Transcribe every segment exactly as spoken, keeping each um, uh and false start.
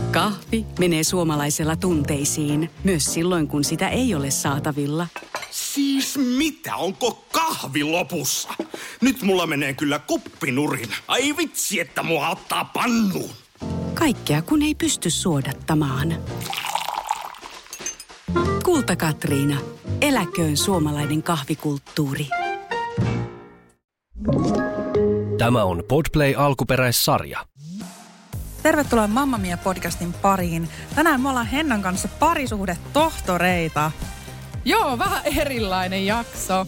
Kahvi menee suomalaisella tunteisiin, myös silloin kun sitä ei ole saatavilla. Siis mitä, onko kahvi lopussa? Nyt mulla menee kyllä kuppinurin. Ai vitsi, että mua ottaa pannuun. Kaikkea kun ei pysty suodattamaan. Kulta Katriina. Eläköön suomalainen kahvikulttuuri. Tämä on Podplay alkuperäissarja. Tervetuloa Mamma Mia podcastin pariin. Tänään me ollaan Hennan kanssa parisuhdetohtoreita. Joo, vähän erilainen jakso.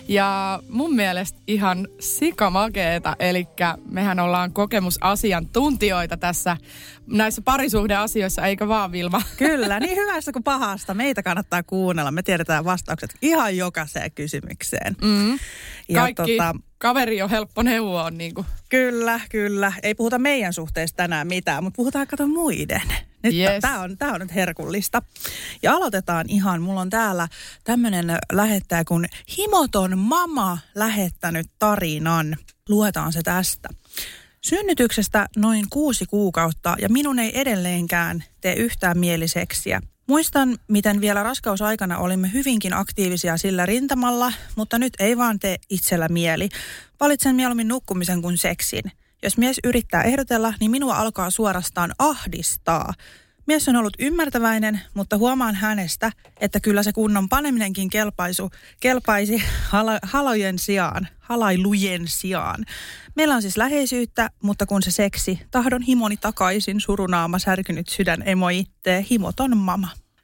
Ja mun mielestä ihan sikamakeeta, eli mehän ollaan kokemusasiantuntijoita tässä näissä parisuhdeasioissa, eikä vaan Vilma? Kyllä, niin hyvästä kuin pahasta. Meitä kannattaa kuunnella. Me tiedetään vastaukset ihan jokaiseen kysymykseen. Mm. Ja Kaikki tota, kaveri on helppo neuvoa. On niin kuin. Kyllä, kyllä. Ei puhuta meidän suhteesta tänään mitään, mutta puhutaan kato muiden. Nyt yes. Tämä on, tää on nyt herkullista. Ja aloitetaan ihan. Mulla on täällä tämmöinen lähettäjä kuin Himoton Mama lähettänyt tarinan. Luetaan se tästä. Synnytyksestä noin kuusi kuukautta ja minun ei edelleenkään tee yhtään mieliseksiä. Muistan, miten vielä raskausaikana olimme hyvinkin aktiivisia sillä rintamalla, mutta nyt ei vaan tee itsellä mieli. Valitsen mieluummin nukkumisen kuin seksin. Jos mies yrittää ehdotella, niin minua alkaa suorastaan ahdistaa. Mies on ollut ymmärtäväinen, mutta huomaan hänestä, että kyllä se kunnon paneminenkin kelpaisu, kelpaisi hala, halojen sijaan, halailujen sijaan. Meillä on siis läheisyyttä, mutta kun se seksi, tahdon himoni takaisin, surunaama, särkynyt sydän, emoji, tee himoton mama.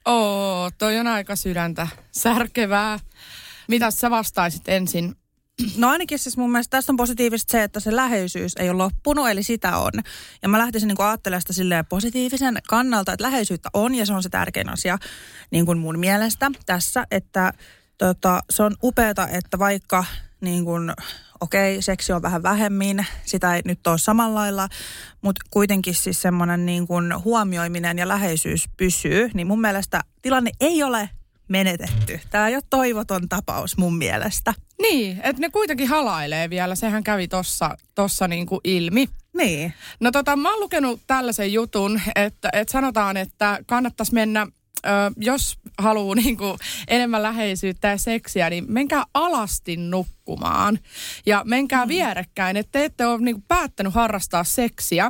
Oo, toi on aika sydäntä särkevää. Mitä sä vastaisit ensin? No ainakin siis mun mielestä tästä on positiivista se, että se läheisyys ei ole loppunut, eli sitä on. Ja mä lähtisin niin kuin ajattelemaan sitä silleen positiivisen kannalta, että läheisyyttä on ja se on se tärkein asia niin kuin mun mielestä tässä, että tota, se on upeata, että vaikka niin kuin, okei, seksi on vähän vähemmin, sitä ei nyt ole samalla lailla, mutta kuitenkin siis semmoinen niin kuin huomioiminen ja läheisyys pysyy, niin mun mielestä tilanne ei ole menetetty. Tämä ei ole toivoton tapaus mun mielestä. Niin, että ne kuitenkin halailee vielä. Sehän kävi tossa, tossa niinku ilmi. Niin. No tota, mä oon lukenut tällaisen jutun, että, että sanotaan, että kannattaisi mennä, ö, jos haluaa niinku enemmän läheisyyttä ja seksiä, niin menkää alasti nukkumaan. Ja menkää mm. vierekkäin, että te ette ole niinku päättänyt harrastaa seksiä.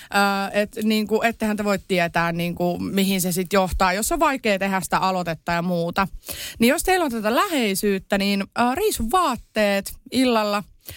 Että niinku, ettehän te voi tietää, niinku, mihin se sitten johtaa, jos on vaikea tehdä sitä aloitetta ja muuta. Niin jos teillä on tätä läheisyyttä, niin äh, riisu vaatteet illalla,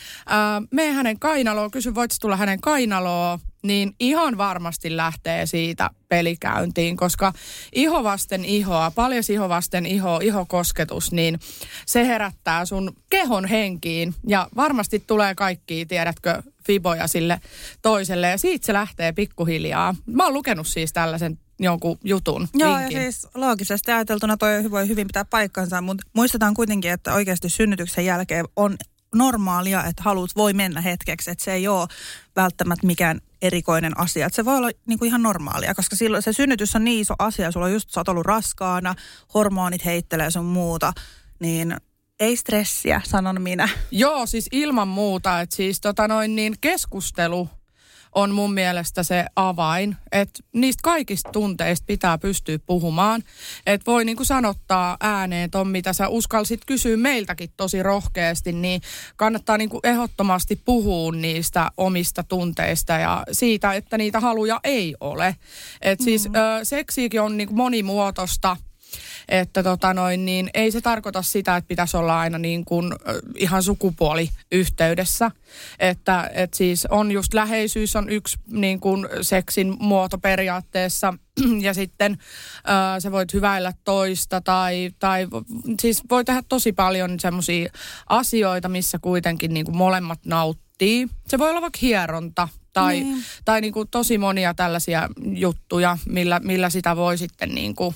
äh, mene hänen kainaloon, kysy voitko tulla hänen kainaloon, niin ihan varmasti lähtee siitä pelikäyntiin, koska iho vasten ihoa, paljas iho vasten iho, ihokosketus, niin se herättää sun kehon henkiin ja varmasti tulee kaikkia, tiedätkö, fiboja sille toiselle ja siitä se lähtee pikkuhiljaa. Mä oon lukenut siis tällaisen jonkun jutun. Joo, linkin. ja siis loogisesti ajateltuna toi voi hyvin pitää paikkansa, mutta muistetaan kuitenkin, että oikeasti synnytyksen jälkeen on normaalia, että haluat voi mennä hetkeksi, että se ei ole välttämättä mikään erikoinen asia. Että se voi olla niin kuin ihan normaalia, koska silloin se synnytys on niin iso asia, sulla on just, sä oot ollut raskaana, hormonit heittelee sun muuta, niin ei stressiä, sanon minä. Joo, siis ilman muuta, että siis tota noin niin keskustelu on mun mielestä se avain, että niistä kaikista tunteista pitää pystyä puhumaan. Että voi niinku sanottaa ääneen ton, mitä sä uskalsit kysyä meiltäkin tosi rohkeasti, niin kannattaa niinku ehdottomasti puhua niistä omista tunteista ja siitä, että niitä haluja ei ole. Että siis mm-hmm. ö, seksiikin on niinku monimuotoista. Että tota noin, niin ei se tarkoita sitä, että pitäisi olla aina niin kuin ihan sukupuoliyhteydessä. Että et siis on just läheisyys on yksi niin kuin seksin muoto periaatteessa ja sitten äh, sä voit hyväillä toista tai, tai siis voi tehdä tosi paljon semmoisia asioita, missä kuitenkin niin kuin molemmat nauttii. Se voi olla vaikka hieronta. Tai, niin. tai niin kuin tosi monia tällaisia juttuja, millä, millä sitä voi sitten niin kuin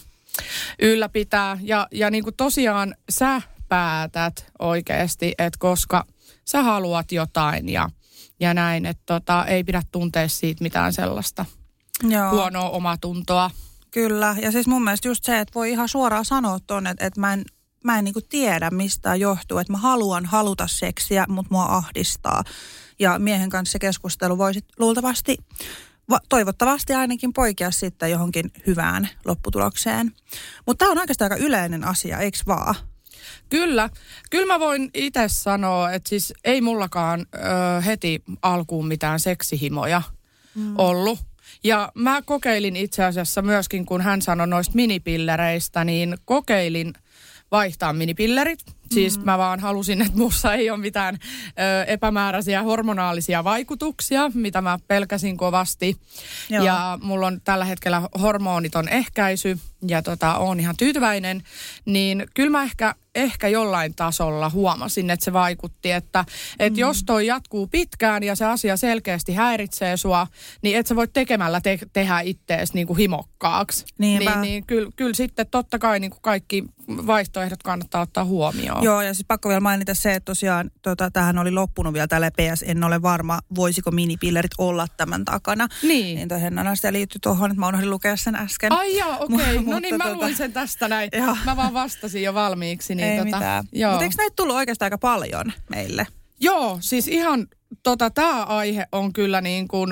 ylläpitää. Ja, ja niin kuin tosiaan sä päätät oikeasti, että koska sä haluat jotain ja, ja näin, että tota, ei pidä tuntea siitä mitään sellaista Joo. huonoa omatuntoa. Kyllä, ja siis mun mielestä just se, että voi ihan suoraan sanoa tuonne, että, että mä en, mä en niin kuin tiedä mistä johtuu, että mä haluan haluta seksiä, mutta mua ahdistaa. Ja miehen kanssa se keskustelu voisi luultavasti va- toivottavasti ainakin poikia sitten johonkin hyvään lopputulokseen. Mutta tämä on oikeastaan aika yleinen asia, eikö vaan? Kyllä. Kyllä mä voin itse sanoa, että siis ei mullakaan ö, heti alkuun mitään seksihimoja mm. ollut. Ja mä kokeilin itse asiassa myöskin, kun hän sanoi noista minipillereistä, niin kokeilin vaihtaa minipillerit. Siis mm. mä vaan halusin, että musta ei ole mitään ö, epämääräisiä hormonaalisia vaikutuksia, mitä mä pelkäsin kovasti. Joo. Ja mulla on tällä hetkellä hormoniton ehkäisy ja tota, oon ihan tyytyväinen. Niin kyllä mä ehkä, ehkä jollain tasolla huomasin, että se vaikutti, että et mm. jos toi jatkuu pitkään ja se asia selkeästi häiritsee sua, niin et sä voit tekemällä te- tehdä ittees niinku himokkaaksi. Niinpä. Niin, niin kyllä, kyllä sitten totta kai niinku kaikki vaihtoehdot kannattaa ottaa huomioon. Joo, ja siis pakko vielä mainita se, että tosiaan tota, tämähän oli loppunut vielä tällä P S. En ole varma, voisiko minipillerit olla tämän takana. Niin. Niin toi Hennan asia liittyy tuohon, että mä unohdin lukea sen äsken. Ai joo, okei. Okay. No niin, mä tota, luin sen tästä näin. Joo. Mä vaan vastasin jo valmiiksi. Niin ei tota, mitään. Joo. Mutta eikö näitä tullut oikeastaan aika paljon meille? Joo, siis ihan tota, tää aihe on kyllä niin kuin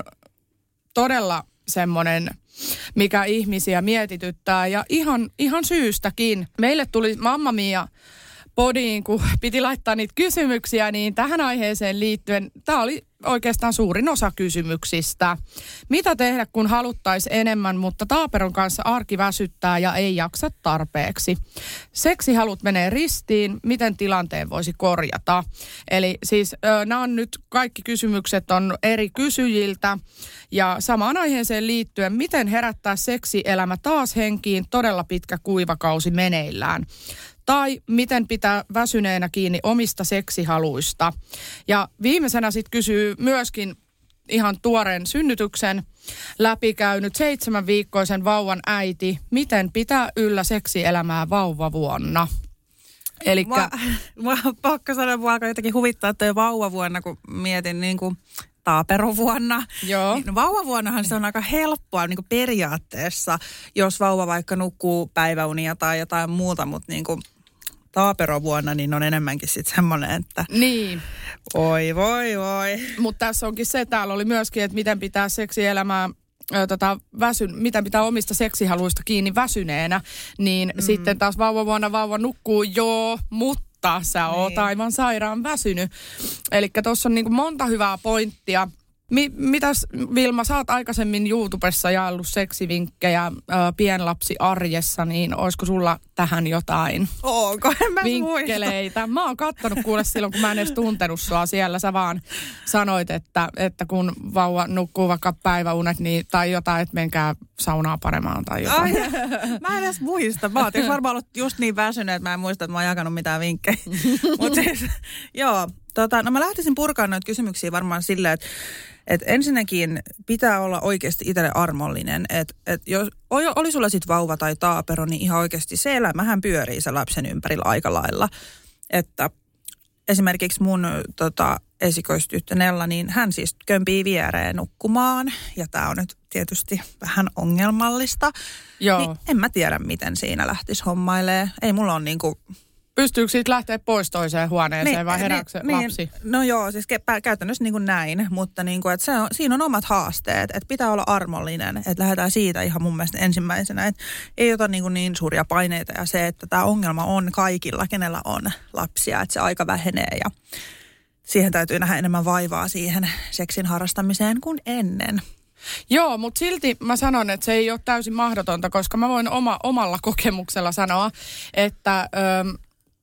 todella semmoinen, mikä ihmisiä mietityttää ja ihan, ihan syystäkin. Meille tuli Mamma Mia podiin, kun piti laittaa niitä kysymyksiä, niin tähän aiheeseen liittyen tämä oli oikeastaan suurin osa kysymyksistä. Mitä tehdä, kun haluttaisiin enemmän, mutta taaperon kanssa arki väsyttää ja ei jaksa tarpeeksi? Seksihalut menee ristiin, miten tilanteen voisi korjata? Eli siis nämä on nyt kaikki kysymykset on eri kysyjiltä ja samaan aiheeseen liittyen, miten herättää seksielämä taas henkiin, todella pitkä kuivakausi meneillään. Tai miten pitää väsyneenä kiinni omista seksihaluista. Ja viimeisenä sitten kysyy myöskin ihan tuoreen synnytyksen läpikäynyt seitsemänviikkoisen vauvan äiti, miten pitää yllä seksielämää vauvavuonna. Elikkä... Mä, mä pakko sanoa, mua alkoi jotenkin huvittaa, että jo vauvavuonna, kun mietin niin kuin taaperovuonna. Joo. Niin vauvavuonnahan se on aika helppoa niin kuin periaatteessa, jos vauva vaikka nukkuu päiväunia tai jotain muuta, mutta niin kuin taaperovuonna niin on enemmänkin sitten semmoinen, että niin. Oi, voi, voi. Mutta tässä onkin se, täällä oli myöskin, että miten pitää seksielämää Ö, tota, väsyn, mitä pitää omista seksihaluista kiinni väsyneenä, niin mm. sitten taas vauvavuonna vauva nukkuu, joo, mutta sä oot niin. aivan sairaan väsynyt. Eli tuossa on niinku monta hyvää pointtia. Mi- mitäs Vilma, sä oot aikaisemmin YouTubessa jaellut seksivinkkejä ö, pienlapsi arjessa, niin olisiko sulla tähän jotain Onko? En mä vinkkeleitä? Muista. Mä oon kattonut kuule silloin, kun mä en edes tuntenut sua siellä. Sä vaan sanoit, että, että kun vauva nukkuu vaikka päiväunet niin, tai jotain, että menkää saunaa paremaan tai jotain. Ai, mä en edes muista. Mä oon varmaan ollut just niin väsynyt, että mä en muista, että mä oon jakanut mitään vinkkejä. Mutta siis, joo. Tota, no mä lähtisin purkaan noita kysymyksiä varmaan silleen, että et ensinnäkin pitää olla oikeasti itselle armollinen. Että et jos oli sulla sitten vauva tai taapero, niin ihan oikeasti se elämähän pyörii se lapsen ympärillä aika lailla. Että esimerkiksi mun tota, esikoistyttö Nella, niin hän siis kömpii viereen nukkumaan. Ja tää on nyt tietysti vähän ongelmallista. Joo. Niin en mä tiedä, miten siinä lähtisi hommailee. Ei mulla on niinku... Pystyykö siitä lähteä pois toiseen huoneeseen niin, vai herääkö se niin, lapsi? No joo, siis ke- käytännössä niin kuin näin, mutta niin kuin, että se on, siinä on omat haasteet, että pitää olla armollinen, että lähdetään siitä ihan mun mielestä ensimmäisenä, että ei ota niin, kuin niin suuria paineita ja se, että tämä ongelma on kaikilla, kenellä on lapsia, että se aika vähenee ja siihen täytyy nähdä enemmän vaivaa siihen seksin harrastamiseen kuin ennen. Joo, mutta silti mä sanon, että se ei ole täysin mahdotonta, koska mä voin oma, omalla kokemuksella sanoa, että... Öö,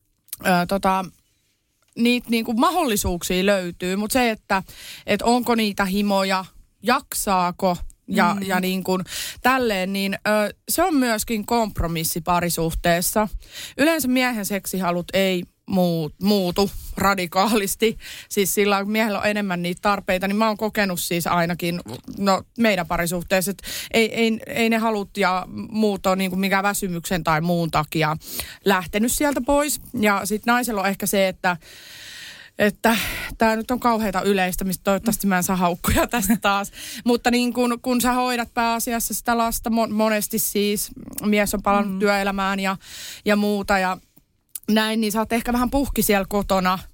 Ö, tota, niitä niinku mahdollisuuksia löytyy, mutta se, että et onko niitä himoja, jaksaako ja, mm. ja niin kuin tälleen, niin ö, se on myöskin kompromissi parisuhteessa. Yleensä miehen seksihalut ei muut, muutu radikaalisti. Siis sillä kun miehellä on enemmän niitä tarpeita, niin mä oon kokenut siis ainakin no, meidän parisuhteessa, että ei, ei, ei ne halut ja muut on niin kuin mikään väsymyksen tai muun takia lähtenyt sieltä pois. Ja sitten naisella on ehkä se, että että tämä nyt on kauheata yleistämistä, toivottavasti mä en saa haukkuja tästä taas. Mutta niin kun, kun sä hoidat pääasiassa sitä lasta, monesti siis mies on palannut mm. työelämään ja, ja muuta ja näin, niin sä oot ehkä vähän puhki siellä kotona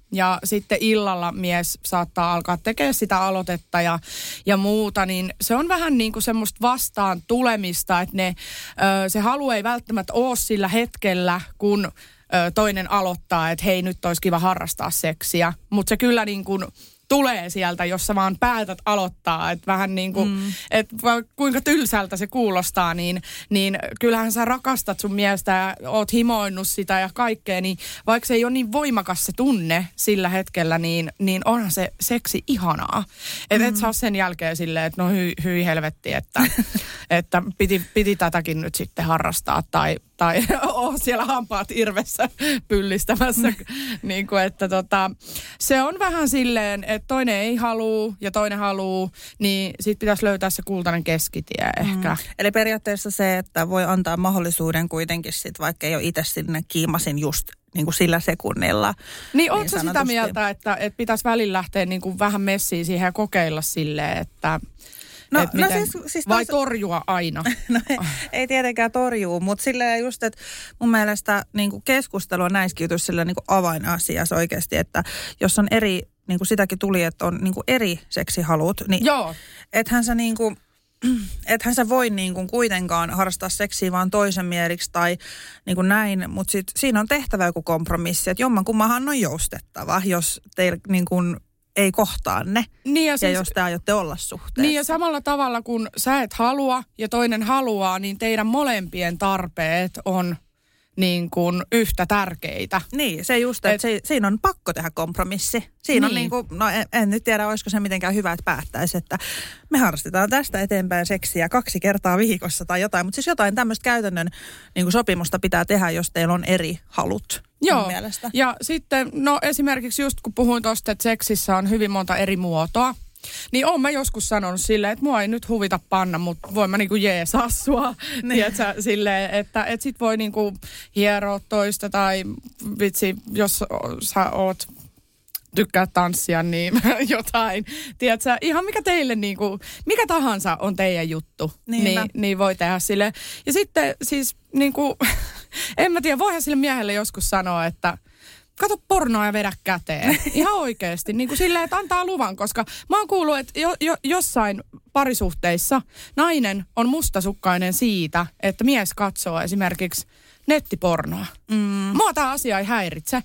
ja sitten illalla mies saattaa alkaa tekemään sitä aloitetta ja, ja muuta, niin se on vähän niin kuin semmoista vastaan tulemista, että ne, ö, se halu ei välttämättä ole sillä hetkellä, kun ö, toinen aloittaa, että hei, nyt olisi kiva harrastaa seksiä, mutta se kyllä niin kuin tulee sieltä, jos sä vaan päätät aloittaa, että vähän niin kuin, mm. että kuinka tylsältä se kuulostaa, niin, niin kyllähän sä rakastat sun miestä ja oot himoinnut sitä ja kaikkea, niin vaikka se ei ole niin voimakas se tunne sillä hetkellä, niin, niin onhan se seksi ihanaa. Että mm. et saa sen jälkeen silleen, että no hyi, hyi helvetti, että, että piti, piti tätäkin nyt sitten harrastaa tai tai oo siellä hampaat irvessä pyllistämässä. niin kuin, että tota, se on vähän silleen, että toinen ei halua ja toinen haluaa, niin sit pitäisi löytää se kultainen keskitie ehkä. Mm. Eli periaatteessa se, että voi antaa mahdollisuuden kuitenkin sit, vaikka ei ole itse sinne kiimasin just niin kuin sillä sekunnilla. Niin ootko niin sitä mieltä, että, että pitäisi välillä lähteä niin kuin vähän messiin siihen ja kokeilla silleen, että No, no miten, siis, siis vai tos... torjua aina? No ei, ei tietenkään torjuu, mutta silleen just, että mun mielestä niin kuin keskustelu on näissäkin jutuissa silleen niin kuin avainasiassa oikeasti, että jos on eri, niin kuin sitäkin tuli, että on niin kuin eri seksihalut, niin Joo. ethän sä niin kuin, ethän sä voi niin kuin kuitenkaan harrastaa seksiä vaan toisen mieliksi tai niin kuin näin, mutta sit siinä on tehtävä joku kompromissi, että jommankummahan on joustettava, jos teillä niin kuin ei kohtaa ne, niin ja, siis, ja jos te aiotte olla suhteessa. Niin ja samalla tavalla, kun sä et halua ja toinen haluaa, niin teidän molempien tarpeet on niin kuin yhtä tärkeitä. Niin, se just, että et, se, siinä on pakko tehdä kompromissi. Siinä niin. on niin kuin, no en, en nyt tiedä, olisiko se mitenkään hyvä, että päättäisi, että me harrastetaan tästä eteenpäin seksiä kaksi kertaa viikossa tai jotain. Mutta siis jotain tämmöistä käytännön niin kuin sopimusta pitää tehdä, jos teillä on eri halut. Joo, ja sitten no esimerkiksi just kun puhuin tuosta, että seksissä on hyvin monta eri muotoa, niin oon mä joskus sanonut silleen, että mua ei nyt huvita panna, mutta voin mä niinku jeesaa sua, niin. Tiedätkö, silleen, että et sit voi niinku hieroa toista tai vitsi, jos sä oot tykkää tanssia, niin jotain, tiedätkö, ihan mikä teille niinku, mikä tahansa on teidän juttu, niin, niin voi tehdä silleen. Ja sitten siis niinku, en mä tiedä, voihan sille miehelle joskus sanoa, että kato pornoa ja vedä käteen. Ihan oikeasti. Niin kuin silleen, että antaa luvan, koska mä oon kuullut, että jo, jo, jossain parisuhteissa nainen on mustasukkainen siitä, että mies katsoo esimerkiksi nettipornoa. Mm. Mua tää asia ei häiritse.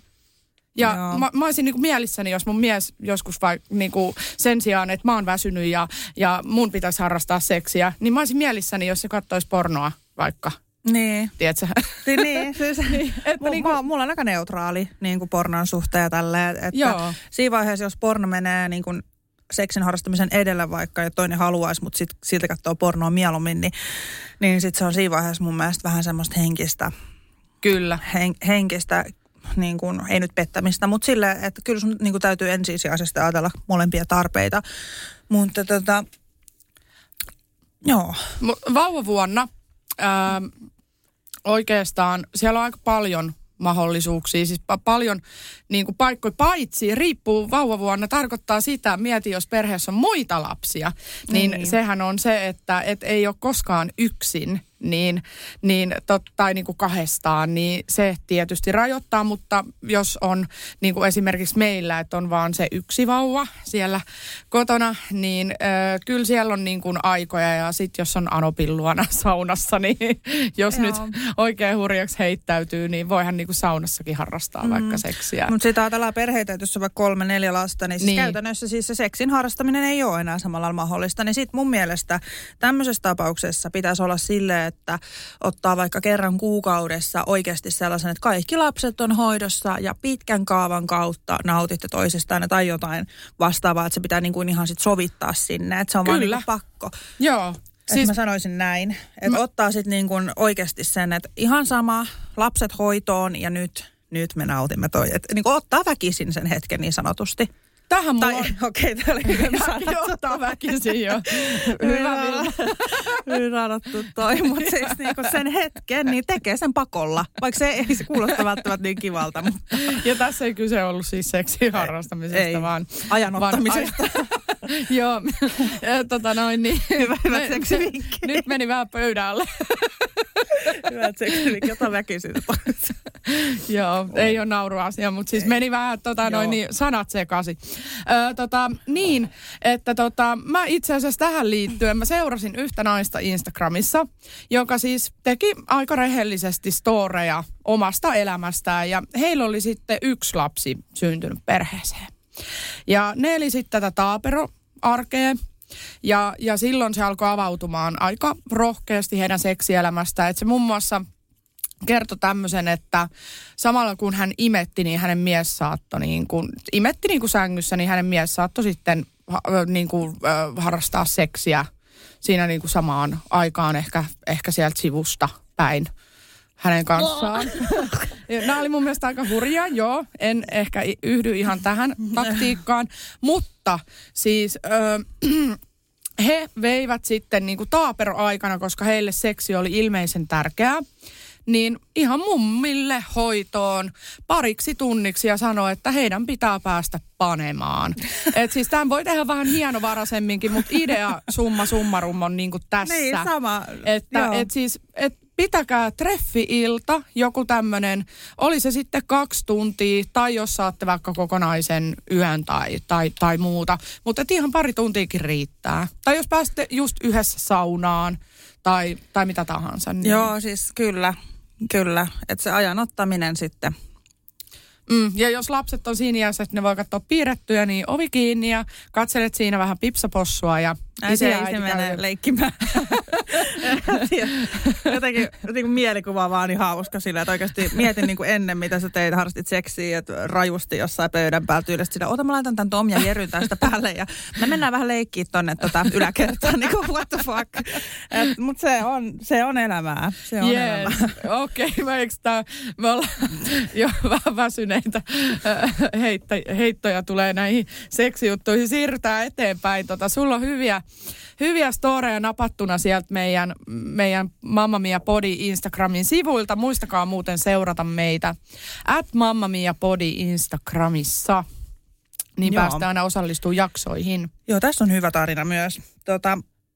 Ja mä, mä olisin niinku mielissäni, jos mun mies joskus vaikka niinku sen sijaan, että mä oon väsynyt ja, ja mun pitäisi harrastaa seksiä, niin mä olisin mielissäni, jos se kattoisi pornoa vaikka. Niin. Tiedätkö? Niin, siis niin, että niinku, mä, mulla on aika neutraali niin kuin pornon suhteen ja tälleen. Että joo. Siinä vaiheessa, jos porno menee niin kuin seksin harrastamisen edellä vaikka ja toinen haluaisi, mutta sit, silti katsoo pornoa mieluummin, niin, niin sitten se on siinä vaiheessa mun mielestä vähän semmoista henkistä. Kyllä. Hen, henkistä, niin kuin, ei nyt pettämistä, mutta silleen, että kyllä sun niin kuin täytyy ensisijaisesti ajatella molempia tarpeita. Mutta tota, joo. Vauvavuonna ää, oikeastaan siellä on aika paljon mahdollisuuksia, siis pa- paljon niin kuin paikkoja, paitsi riippuu vauvavuonna, tarkoittaa sitä, mieti jos perheessä on muita lapsia, niin, niin. sehän on se, että et ei ole koskaan yksin, niin, niin tot, tai niin kuin kahdestaan, niin se tietysti rajoittaa, mutta jos on niin kuin esimerkiksi meillä, että on vaan se yksi vauva siellä kotona, niin äh, kyllä siellä on niin kuin aikoja ja sitten jos on Anopin luona saunassa, niin jos Joo. nyt oikein hurjaksi heittäytyy, niin voihan niin kuin saunassakin harrastaa mm. vaikka seksiä. Mutta sitten ajatellaan perheitä, että jos on vaikka kolme, neljä lasta, niin, siis niin käytännössä siis se seksin harrastaminen ei ole enää samalla lailla mahdollista, niin sitten mun mielestä tämmöisessä tapauksessa pitäisi olla silleen, että ottaa vaikka kerran kuukaudessa oikeasti sellaisen, että kaikki lapset on hoidossa ja pitkän kaavan kautta nautitte toisistaan tai jotain vastaavaa, että se pitää niin kuin ihan sit sovittaa sinne, että se on Kyllä. vaan niin kuin pakko. Joo. Että siis mä sanoisin näin, että mä ottaa sitten niin kuin oikeasti sen, että ihan sama, lapset hoitoon ja nyt, nyt me nautimme toi. Että niin kuin ottaa väkisin sen hetken niin sanotusti. tähän mulla Tai on... okei, okay, tämä oli hyvin sanottu. Johtaa väkisin jo. Hyvä, Vilma. Hyvin sanottu toi, mutta siis niinku sen hetken niin tekee sen pakolla. Vaikka se ei se kuulosta välttämättä niin kivalta. Mutta... Ja tässä ei kyse ollut siis seksin harrastamisesta, ei, vaan... ajanottamisesta. Vaan Joo, tota noin niin. Hyvä, hyvä seksivinkki. Nyt meni vähän pöydälle. Hyvät seksivinkki, jota väkisin. Joo, oh. Ei ole nauruasia, mutta siis ei. Meni vähän tota, noin, niin, sanat sekaisin. Ö, tota, niin, että tota, mä itse asiassa tähän liittyen, mä seurasin yhtä naista Instagramissa, joka siis teki aika rehellisesti storeja omasta elämästään ja heillä oli sitten yksi lapsi syntynyt perheeseen. Ja ne eli sitten tätä taaperoarkea. Ja, ja silloin se alkoi avautumaan aika rohkeasti heidän seksielämästään. Että se muun muassa kertoi tämmöisen, että samalla kun hän imetti, niin hänen mies saattoi, niin kuin, imetti niin kuin sängyssä, niin hänen mies saattoi sitten niin kuin, äh, harrastaa seksiä siinä niin kuin samaan aikaan ehkä, ehkä sieltä sivusta päin hänen kanssaan. Nämä oli mun mielestä aika hurjaa, joo. En ehkä yhdy ihan tähän taktiikkaan, mutta siis äh, he veivät sitten niin kuin taaperoaikana, koska heille seksi oli ilmeisen tärkeää, niin ihan mummille hoitoon pariksi tunniksi ja sanoi, että heidän pitää päästä panemaan. Et siis tämän voi tehdä vähän hienovaraisemminkin, mutta idea summa summarum on niin kuin tässä. Niin, sama. Että et siis, et pitäkää treffi-ilta, joku tämmöinen, oli se sitten kaksi tuntia, tai jos saatte vaikka kokonaisen yön tai, tai, tai muuta. Mutta ihan pari tuntiakin riittää. Tai jos pääsette just yhdessä saunaan, tai, tai mitä tahansa. Niin. Joo, siis kyllä, kyllä. Että se ajan ottaminen sitten. Mm, ja jos lapset on siinä iässä, että ne voi katsoa piirrettyä, niin ovi kiinni ja katselet siinä vähän pipsapossua ja isi ja äiti menee leikkimään. jotenkin, jotenkin mielikuva vaan niin hauska sillä, että oikeasti mietin niin kuin ennen, mitä sä teit, harrastit seksiä, että rajusti jossain pöydän päällä tyylisesti sillä, ota mä laitan tän Tom ja Jeryn tästä päälle ja me mennään vähän leikkiä tonne tota yläkertaan, niin kuin what the fuck. Mutta se on, se on elämää. Se on yes. elämää. Okei, okay, eikö tää, me ollaan jo vähän väsyneitä heitto, heittoja tulee näihin seksijuttuihin. Siirrytään eteenpäin. Tota, sulla on hyviä, hyviä storeja napattuna sieltä meidän, meidän Mamma Mia Body Instagramin sivuilta. Muistakaa muuten seurata meitä at Mamma Mia Body Instagramissa. Niin Joo. päästään aina osallistumaan jaksoihin. Joo, tässä on hyvä tarina myös. Tota,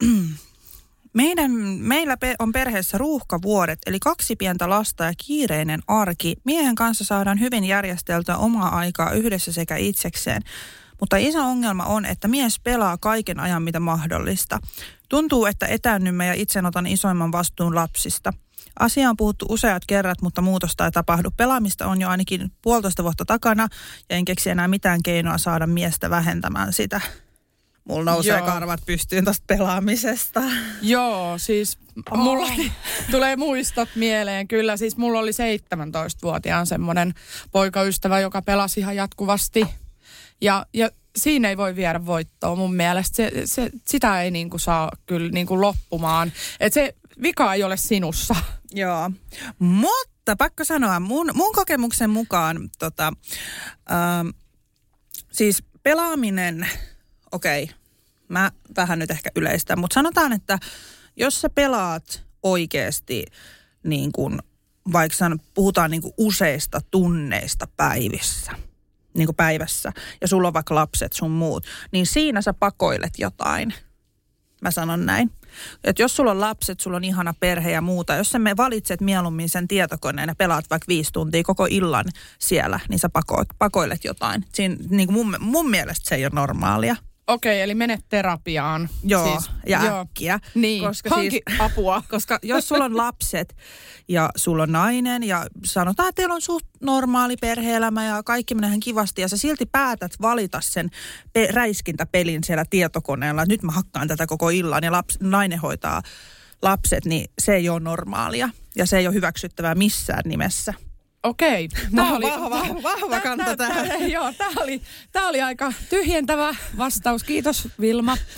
meidän, meillä on perheessä ruuhkavuodet, eli kaksi pientä lasta ja kiireinen arki. Miehen kanssa saadaan hyvin järjesteltyä omaa aikaa yhdessä sekä itsekseen. Mutta iso ongelma on, että mies pelaa kaiken ajan mitä mahdollista. Tuntuu, että etäännymme ja itse otan isoimman vastuun lapsista. Asia on puhuttu useat kerrat, mutta muutosta ei tapahdu. Pelaamista on jo ainakin puolitoista vuotta takana ja en keksi enää mitään keinoa saada miestä vähentämään sitä. Mulla nousee Joo. karvat pystyyn tästä pelaamisesta. Joo, siis oh. mulla tulee muistot mieleen. Kyllä, siis mulla oli seitsemäntoistavuotiaan semmoinen poikaystävä, joka pelasi ihan jatkuvasti. Ja, ja siinä ei voi viedä voittoa mun mielestä. Se, se, sitä ei niinku saa kyllä niinku loppumaan. Et se vika ei ole sinussa. Joo, mutta pakko sanoa, mun, mun kokemuksen mukaan tota, ähm, siis pelaaminen, okei, okay, mä vähän nyt ehkä yleistän, mutta sanotaan, että jos sä pelaat oikeasti niin kuin, vaikka puhutaan niin kuin useista tunneista päivissä, niin kuin päivässä, ja sulla on vaikka lapset sun muut, niin siinä sä pakoilet jotain. Mä sanon näin. Että jos sulla on lapset, sulla on ihana perhe ja muuta, jos sä me valitset mieluummin sen tietokoneen ja pelaat vaikka viisi tuntia koko illan siellä, niin sä pakoilet, pakoilet jotain. Siinä, niin kuin mun, mun mielestä se ei ole normaalia. Okei, eli mene terapiaan. Joo, siis, ja joo. äkkiä. Niin, koska hanki siis, apua. Koska jos sulla on lapset ja sulla on nainen ja sanotaan, että teillä on suht normaali perhe-elämä ja kaikki menee ihan kivasti ja sä silti päätät valita sen pe- räiskintäpelin siellä tietokoneella, että nyt mä hakkaan tätä koko illan ja laps- nainen hoitaa lapset, niin se ei ole normaalia ja se ei ole hyväksyttävää missään nimessä. Okei. Tämä oli vahva, vahva kanta tähän. Joo, tämä oli, tämä oli aika tyhjentävä vastaus. Kiitos, Vilma.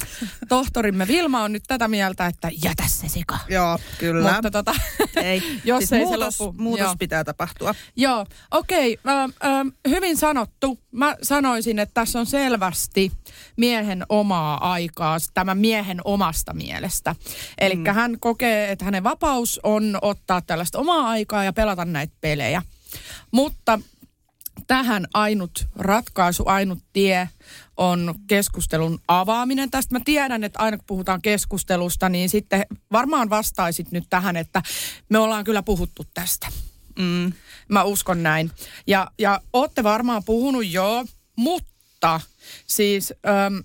tohtorimme Vilma on nyt tätä mieltä, että jätä se sika. Joo, kyllä. Mutta tota, ei. jos siis ei muutos, se lopu. Muutos Joo. pitää tapahtua. Joo, okei. Okay, äh, äh, hyvin sanottu. Mä sanoisin, että tässä on selvästi miehen omaa aikaa, tämän miehen omasta mielestä. Eli mm. hän kokee, että hänen vapaus on ottaa tällaista omaa aikaa ja pelata näitä pelejä. Mutta tähän ainut ratkaisu, ainut tie on keskustelun avaaminen. Tästä mä tiedän, että aina kun puhutaan keskustelusta, niin sitten varmaan vastaisit nyt tähän, että me ollaan kyllä puhuttu tästä. Mm. Mä uskon näin. Ja, ja ootte varmaan puhunut joo, mutta siis äm,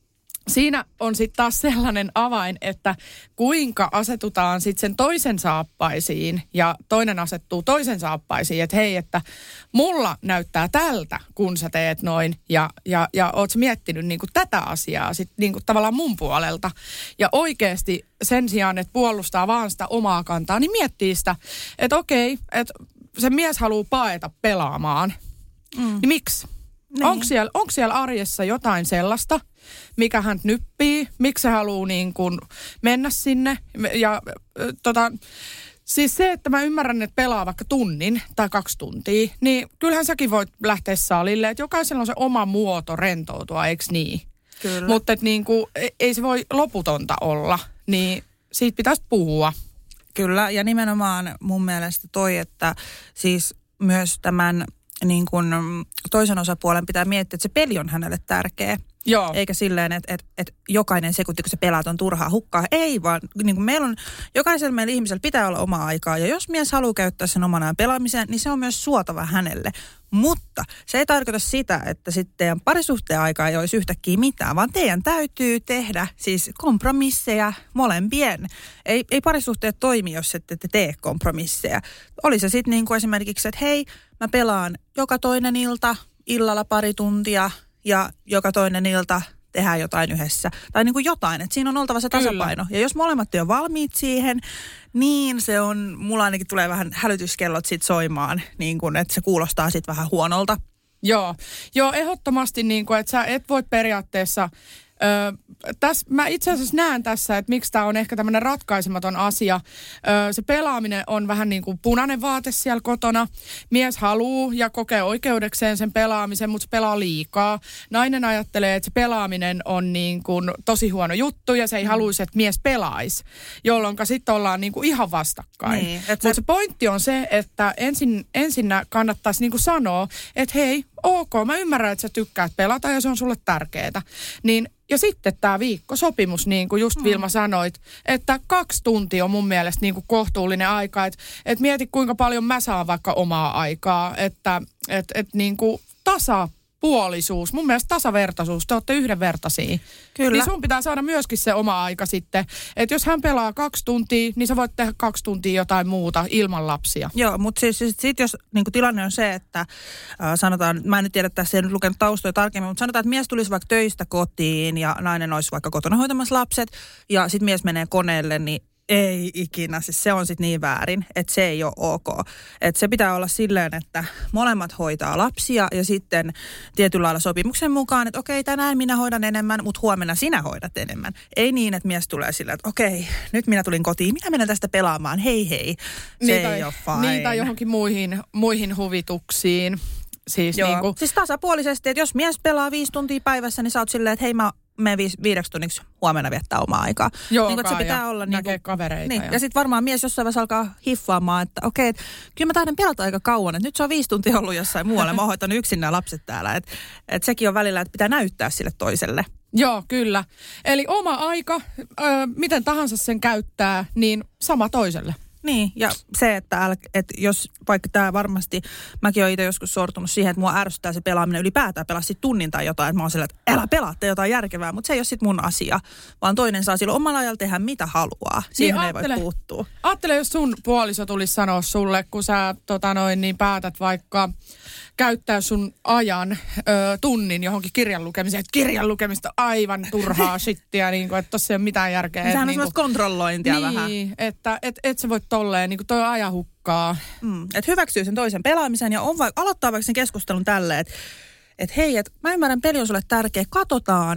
siinä on sitten taas sellainen avain, että kuinka asetutaan sitten sen toisen saappaisiin ja toinen asettuu toisen saappaisiin, että hei, että mulla näyttää tältä, kun sä teet noin ja, ja, ja oot sä miettinyt niinku tätä asiaa sitten niinku tavallaan mun puolelta. Ja oikeasti sen sijaan, että puolustaa vaan sitä omaa kantaa, niin miettii sitä, että okei, että se mies haluaa paeta pelaamaan, mm. niin miksi? Niin. Onko siellä, onko siellä arjessa jotain sellaista, mikä hän nyppii, miksi se haluaa niin kuin mennä sinne? Ja tota, siis se, että mä ymmärrän, että pelaa vaikka tunnin tai kaksi tuntia, niin kyllähän säkin voit lähteä salille, että jokaisella on se oma muoto rentoutua, eikö niin? Kyllä. Mutta niin kuin, ei se voi loputonta olla, niin siitä pitäisi puhua. Kyllä, ja nimenomaan mun mielestä toi, että siis myös tämän niin kuin toisen osapuolen pitää miettiä, että se peli on hänelle tärkeä. Joo. Eikä silleen, että, että, että jokainen sekunti, kun sä pelaat, on turhaa hukkaa. Ei, vaan niin kuin meillä on, jokaisella meillä ihmisellä pitää olla oma aikaa. Ja jos mies haluaa käyttää sen oman ajan pelaamiseen, niin se on myös suotava hänelle. Mutta se ei tarkoita sitä, että sitten teidän parisuhteen aikaa ei olisi yhtäkkiä mitään, vaan teidän täytyy tehdä siis kompromisseja molempien. Ei, ei parisuhteet toimi, jos ette te tee kompromisseja. Oli se sitten niin kuin esimerkiksi, että hei, mä pelaan joka toinen ilta, illalla pari tuntia, ja joka toinen ilta tehdään jotain yhdessä. Tai niin kuin jotain, että siinä on oltava se tasapaino. Kyllä. Ja jos molemmat ei ole valmiit siihen, niin se on, mulla ainakin tulee vähän hälytyskellot sit soimaan, niin kuin, että se kuulostaa sitten vähän huonolta. Joo, Joo ehdottomasti niin kuin, että sä et voi periaatteessa... Öö, täs, mä itse asiassa näen tässä, että miksi tämä on ehkä tämmöinen ratkaisematon asia. Öö, se pelaaminen on vähän niin kuin punainen vaate siellä kotona. Mies haluaa ja kokee oikeudekseen sen pelaamisen, mutta se pelaa liikaa. Nainen ajattelee, että se pelaaminen on niin kuin tosi huono juttu ja se ei mm. haluaisi, että mies pelaisi, jolloin sitten ollaan niin kuin ihan vastakkain. Niin, mutta se... se pointti on se, että ensin, ensinnä kannattaisi niin kuin sanoa, että hei, ok, mä ymmärrän, että sä tykkäät pelata ja se on sulle tärkeää. Niin ja sitten tämä viikkosopimus, niin kuin just Vilma sanoit, että kaksi tuntia on mun mielestä niin kuin kohtuullinen aika. Että et mieti, kuinka paljon mä saan vaikka omaa aikaa, että et, et niin kuin tasapuolisuus, mun mielestä tasavertaisuus, te olette yhdenvertaisia. Kyllä. Niin sun pitää saada myöskin se oma aika sitten. Että jos hän pelaa kaksi tuntia, niin sä voit tehdä kaksi tuntia jotain muuta ilman lapsia. Joo, mutta siis, siis sit jos niin tilanne on se, että äh, sanotaan, mä en nyt tiedä, tässä ei nyt lukenut taustoja tarkemmin, mutta sanotaan, että mies tulisi vaikka töistä kotiin ja nainen olisi vaikka kotona hoitamassa lapset ja sitten mies menee koneelle, niin ei ikinä, siis se on sitten niin väärin, että se ei ole ok. Että se pitää olla silleen, että molemmat hoitaa lapsia ja sitten tietyllä lailla sopimuksen mukaan, että okei, tänään minä hoidan enemmän, mutta huomenna sinä hoidat enemmän. Ei niin, että mies tulee silleen, että okei, nyt minä tulin kotiin, minä menen tästä pelaamaan, hei hei. Se niin tai, ei ole fine. Niin tai johonkin muihin, muihin huvituksiin. Siis, Joo. niin kuin... siis tasapuolisesti, että jos mies pelaa viisi tuntia päivässä, niin sä oot silleen, että hei mä menen viis, viideksi tunniksi huomenna viettää omaa aikaa. Joo, niin, että se pitää olla niin kuin, kavereita. Niin. Ja, ja sitten varmaan mies jossain vaiheessa alkaa hiffaamaan, että okei, että kyllä mä taidan pelata aika kauan, että nyt se on viisi tuntia ollut jossain muualla. Mä oon hoitanut yksin nämä lapset täällä. Että et sekin on välillä, että pitää näyttää sille toiselle. Joo, kyllä. Eli oma aika, ö, miten tahansa sen käyttää, niin sama toiselle. Niin, ja se, että, äl, että jos vaikka tämä varmasti, mäkin olen itse joskus sortunut siihen, että mua ärsyttää se pelaaminen ylipäätään, pelaa sitten tunnin tai jotain, että mä oon sillä, että älä pelaatte jotain järkevää, mutta se ei ole sitten mun asia, vaan toinen saa silloin omalla ajalla tehdä mitä haluaa. Siihen niin, ei voi puuttua. Ajattele, jos sun puoliso tulisi sanoa sulle, kun sä tota noin, niin päätät vaikka käyttää sun ajan ö, tunnin johonkin kirjan lukemiseen, että kirjan lukemista aivan turhaa shittiä, niin kuin, että tossa ei ole mitään järkeä. Sehän on niin semmoista kontrollointia niin, vähän. Niin, että et, et sä voit tolleen, niin kuin toi ajan hukkaa. Mm, että hyväksyy sen toisen pelaamisen ja on va- aloittaa vaikka sen keskustelun tälleen, että et hei, et mä ymmärrän, peli on sulle tärkeä, katsotaan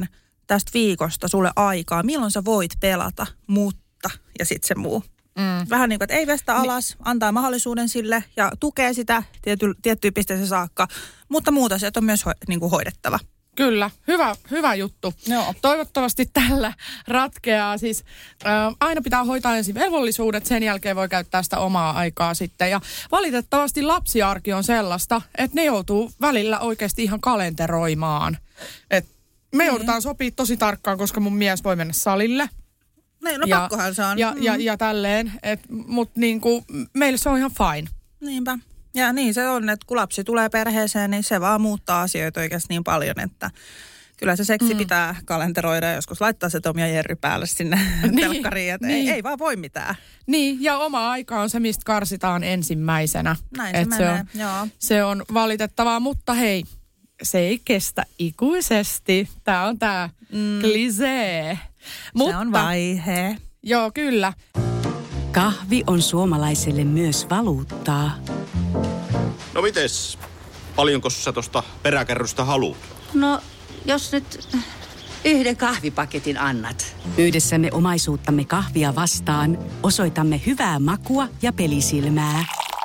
tästä viikosta sulle aikaa, milloin sä voit pelata, mutta ja sitten se muu. Mm. Vähän niin kuin, että ei vestä alas, niin. Antaa mahdollisuuden sille ja tukee sitä tiety, tiettyyn pisteeseen saakka, mutta muut asiat on myös ho, niin kuin hoidettava. Kyllä, hyvä, hyvä juttu. Joo. Toivottavasti tällä ratkeaa. Siis ää, aina pitää hoitaa ensin velvollisuudet, sen jälkeen voi käyttää sitä omaa aikaa sitten. Ja valitettavasti lapsiarki on sellaista, että ne joutuu välillä oikeasti ihan kalenteroimaan. Et me mm. joudutaan sopii tosi tarkkaan, koska mun mies voi mennä salille. No, no ja, pakkohan se on. Ja, mm. ja, ja tälleen, mutta niinku, meille se on ihan fine. Niinpä. Ja niin se on, että kun lapsi tulee perheeseen, niin se vaan muuttaa asioita oikeasti niin paljon, että kyllä se seksi mm. pitää kalenteroida ja joskus laittaa se Tom ja Jerry päälle sinne niin, telkkariin, että niin. ei, ei vaan voi mitään. Niin, ja oma aika on se, mistä karsitaan ensimmäisenä. Näin se Et menee, se on, joo. Se on valitettavaa, mutta hei, se ei kestä ikuisesti. Tämä on tämä mm. klisee. Mutta, se on vaihe. Joo, kyllä. Kahvi on suomalaiselle myös valuuttaa. No mites? Paljonko sä tosta peräkärrystä haluat? No, jos nyt yhden kahvipaketin annat. Yhdessämme omaisuuttamme kahvia vastaan osoitamme hyvää makua ja pelisilmää.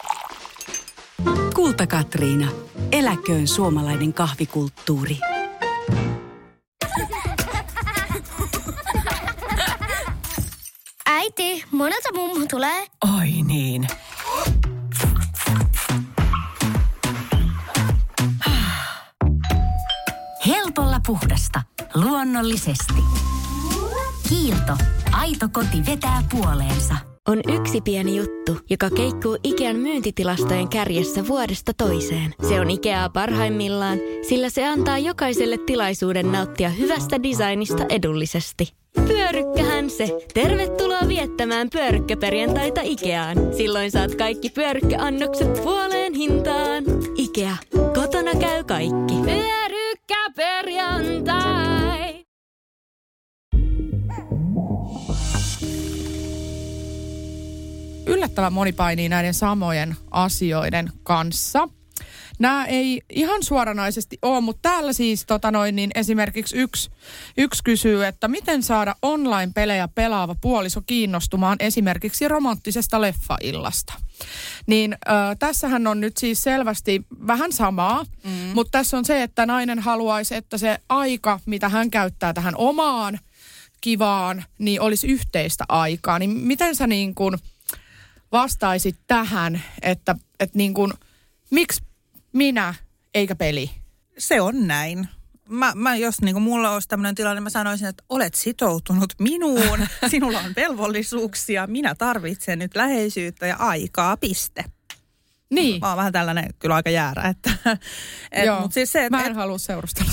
Kulta Katriina. Eläköön suomalainen kahvikulttuuri. Äiti, monelta mummu tulee? Oi niin. Helpolla puhdasta. Luonnollisesti. Kiilto. Aito koti vetää puoleensa. On yksi pieni juttu, joka keikkuu Ikean myyntitilastojen kärjessä vuodesta toiseen. Se on Ikeaa parhaimmillaan, sillä se antaa jokaiselle tilaisuuden nauttia hyvästä designista edullisesti. Pyörykkähän se! Tervetuloa viettämään pyörykkäperjantaita Ikeaan. Silloin saat kaikki pyörykkäannokset puoleen hintaan. Ikea. Kotona käy kaikki. Pyörykkäperjantai! Yllättävän moni painii näiden samojen asioiden kanssa. Nämä ei ihan suoranaisesti ole, mutta täällä siis tota noin, niin esimerkiksi yksi, yksi kysyy, että miten saada online-pelejä pelaava puoliso kiinnostumaan esimerkiksi romanttisesta leffaillasta. Niin äh, tässähän on nyt siis selvästi vähän samaa, mm. mutta tässä on se, että nainen haluaisi, että se aika, mitä hän käyttää tähän omaan kivaan, niin olisi yhteistä aikaa. Niin miten sä niin kuin vastaisit tähän, että, että niin kuin, miksi minä eikä peli? Se on näin. Mä, mä jos niin kuin mulla olisi tämmöinen tilanne, niin mä sanoisin, että olet sitoutunut minuun, sinulla on velvollisuuksia, minä tarvitsen nyt läheisyyttä ja aikaa, piste. Niin. Mä oon vähän tällainen kyllä aika jäärä, että... Et, Joo, mut siis se, et, mä en et, halua seurustella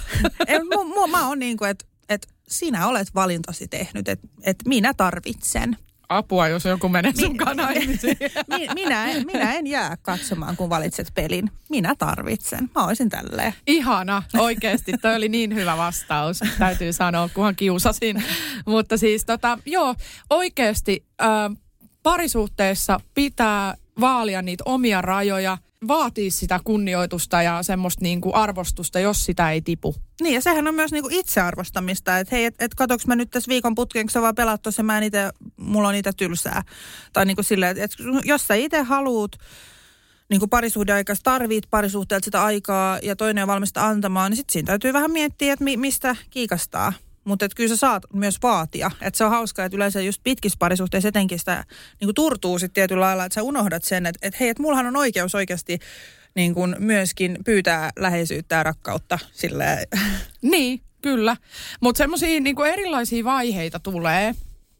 sunkaan. Mä oon niin kuin, että et sinä olet valintasi tehnyt, että et minä tarvitsen. Apua, jos joku menee sun naimisiin. minä, en, minä en jää katsomaan, kun valitset pelin. Minä tarvitsen. Mä olisin tälleen. Ihana, oikeasti. Toi oli niin hyvä vastaus, täytyy sanoa, kunhan kiusasin. Mutta siis tota, joo, oikeasti äh, parisuhteessa pitää vaalia niitä omia rajoja, vaatii sitä kunnioitusta ja semmoista niinku arvostusta, jos sitä ei tipu. Niin, ja sehän on myös niinku itsearvostamista, että hei, että et katsoinko mä nyt tässä viikon putkeen, kun sä vaan pelaat tuossa, mä en ite, mulla on niitä tylsää. Tai niinku silleen, että et, jos sä itse haluut niinku parisuhdeaikas, tarvit parisuhteelta sitä aikaa ja toinen on valmista antamaan, niin sit siinä täytyy vähän miettiä, että mi, mistä kiikastaa. Mutta kyllä sä saat myös vaatia. Että se on hauskaa, että yleensä just pitkissä parisuhteissa etenkin sitä niin turtuu sitten tietyllä lailla, että sä unohdat sen, että, että hei, että mullahan on oikeus oikeasti niin kuin myöskin pyytää läheisyyttä ja rakkautta silleen. Niin, kyllä. Mutta semmoisia niin kuin erilaisia vaiheita tulee.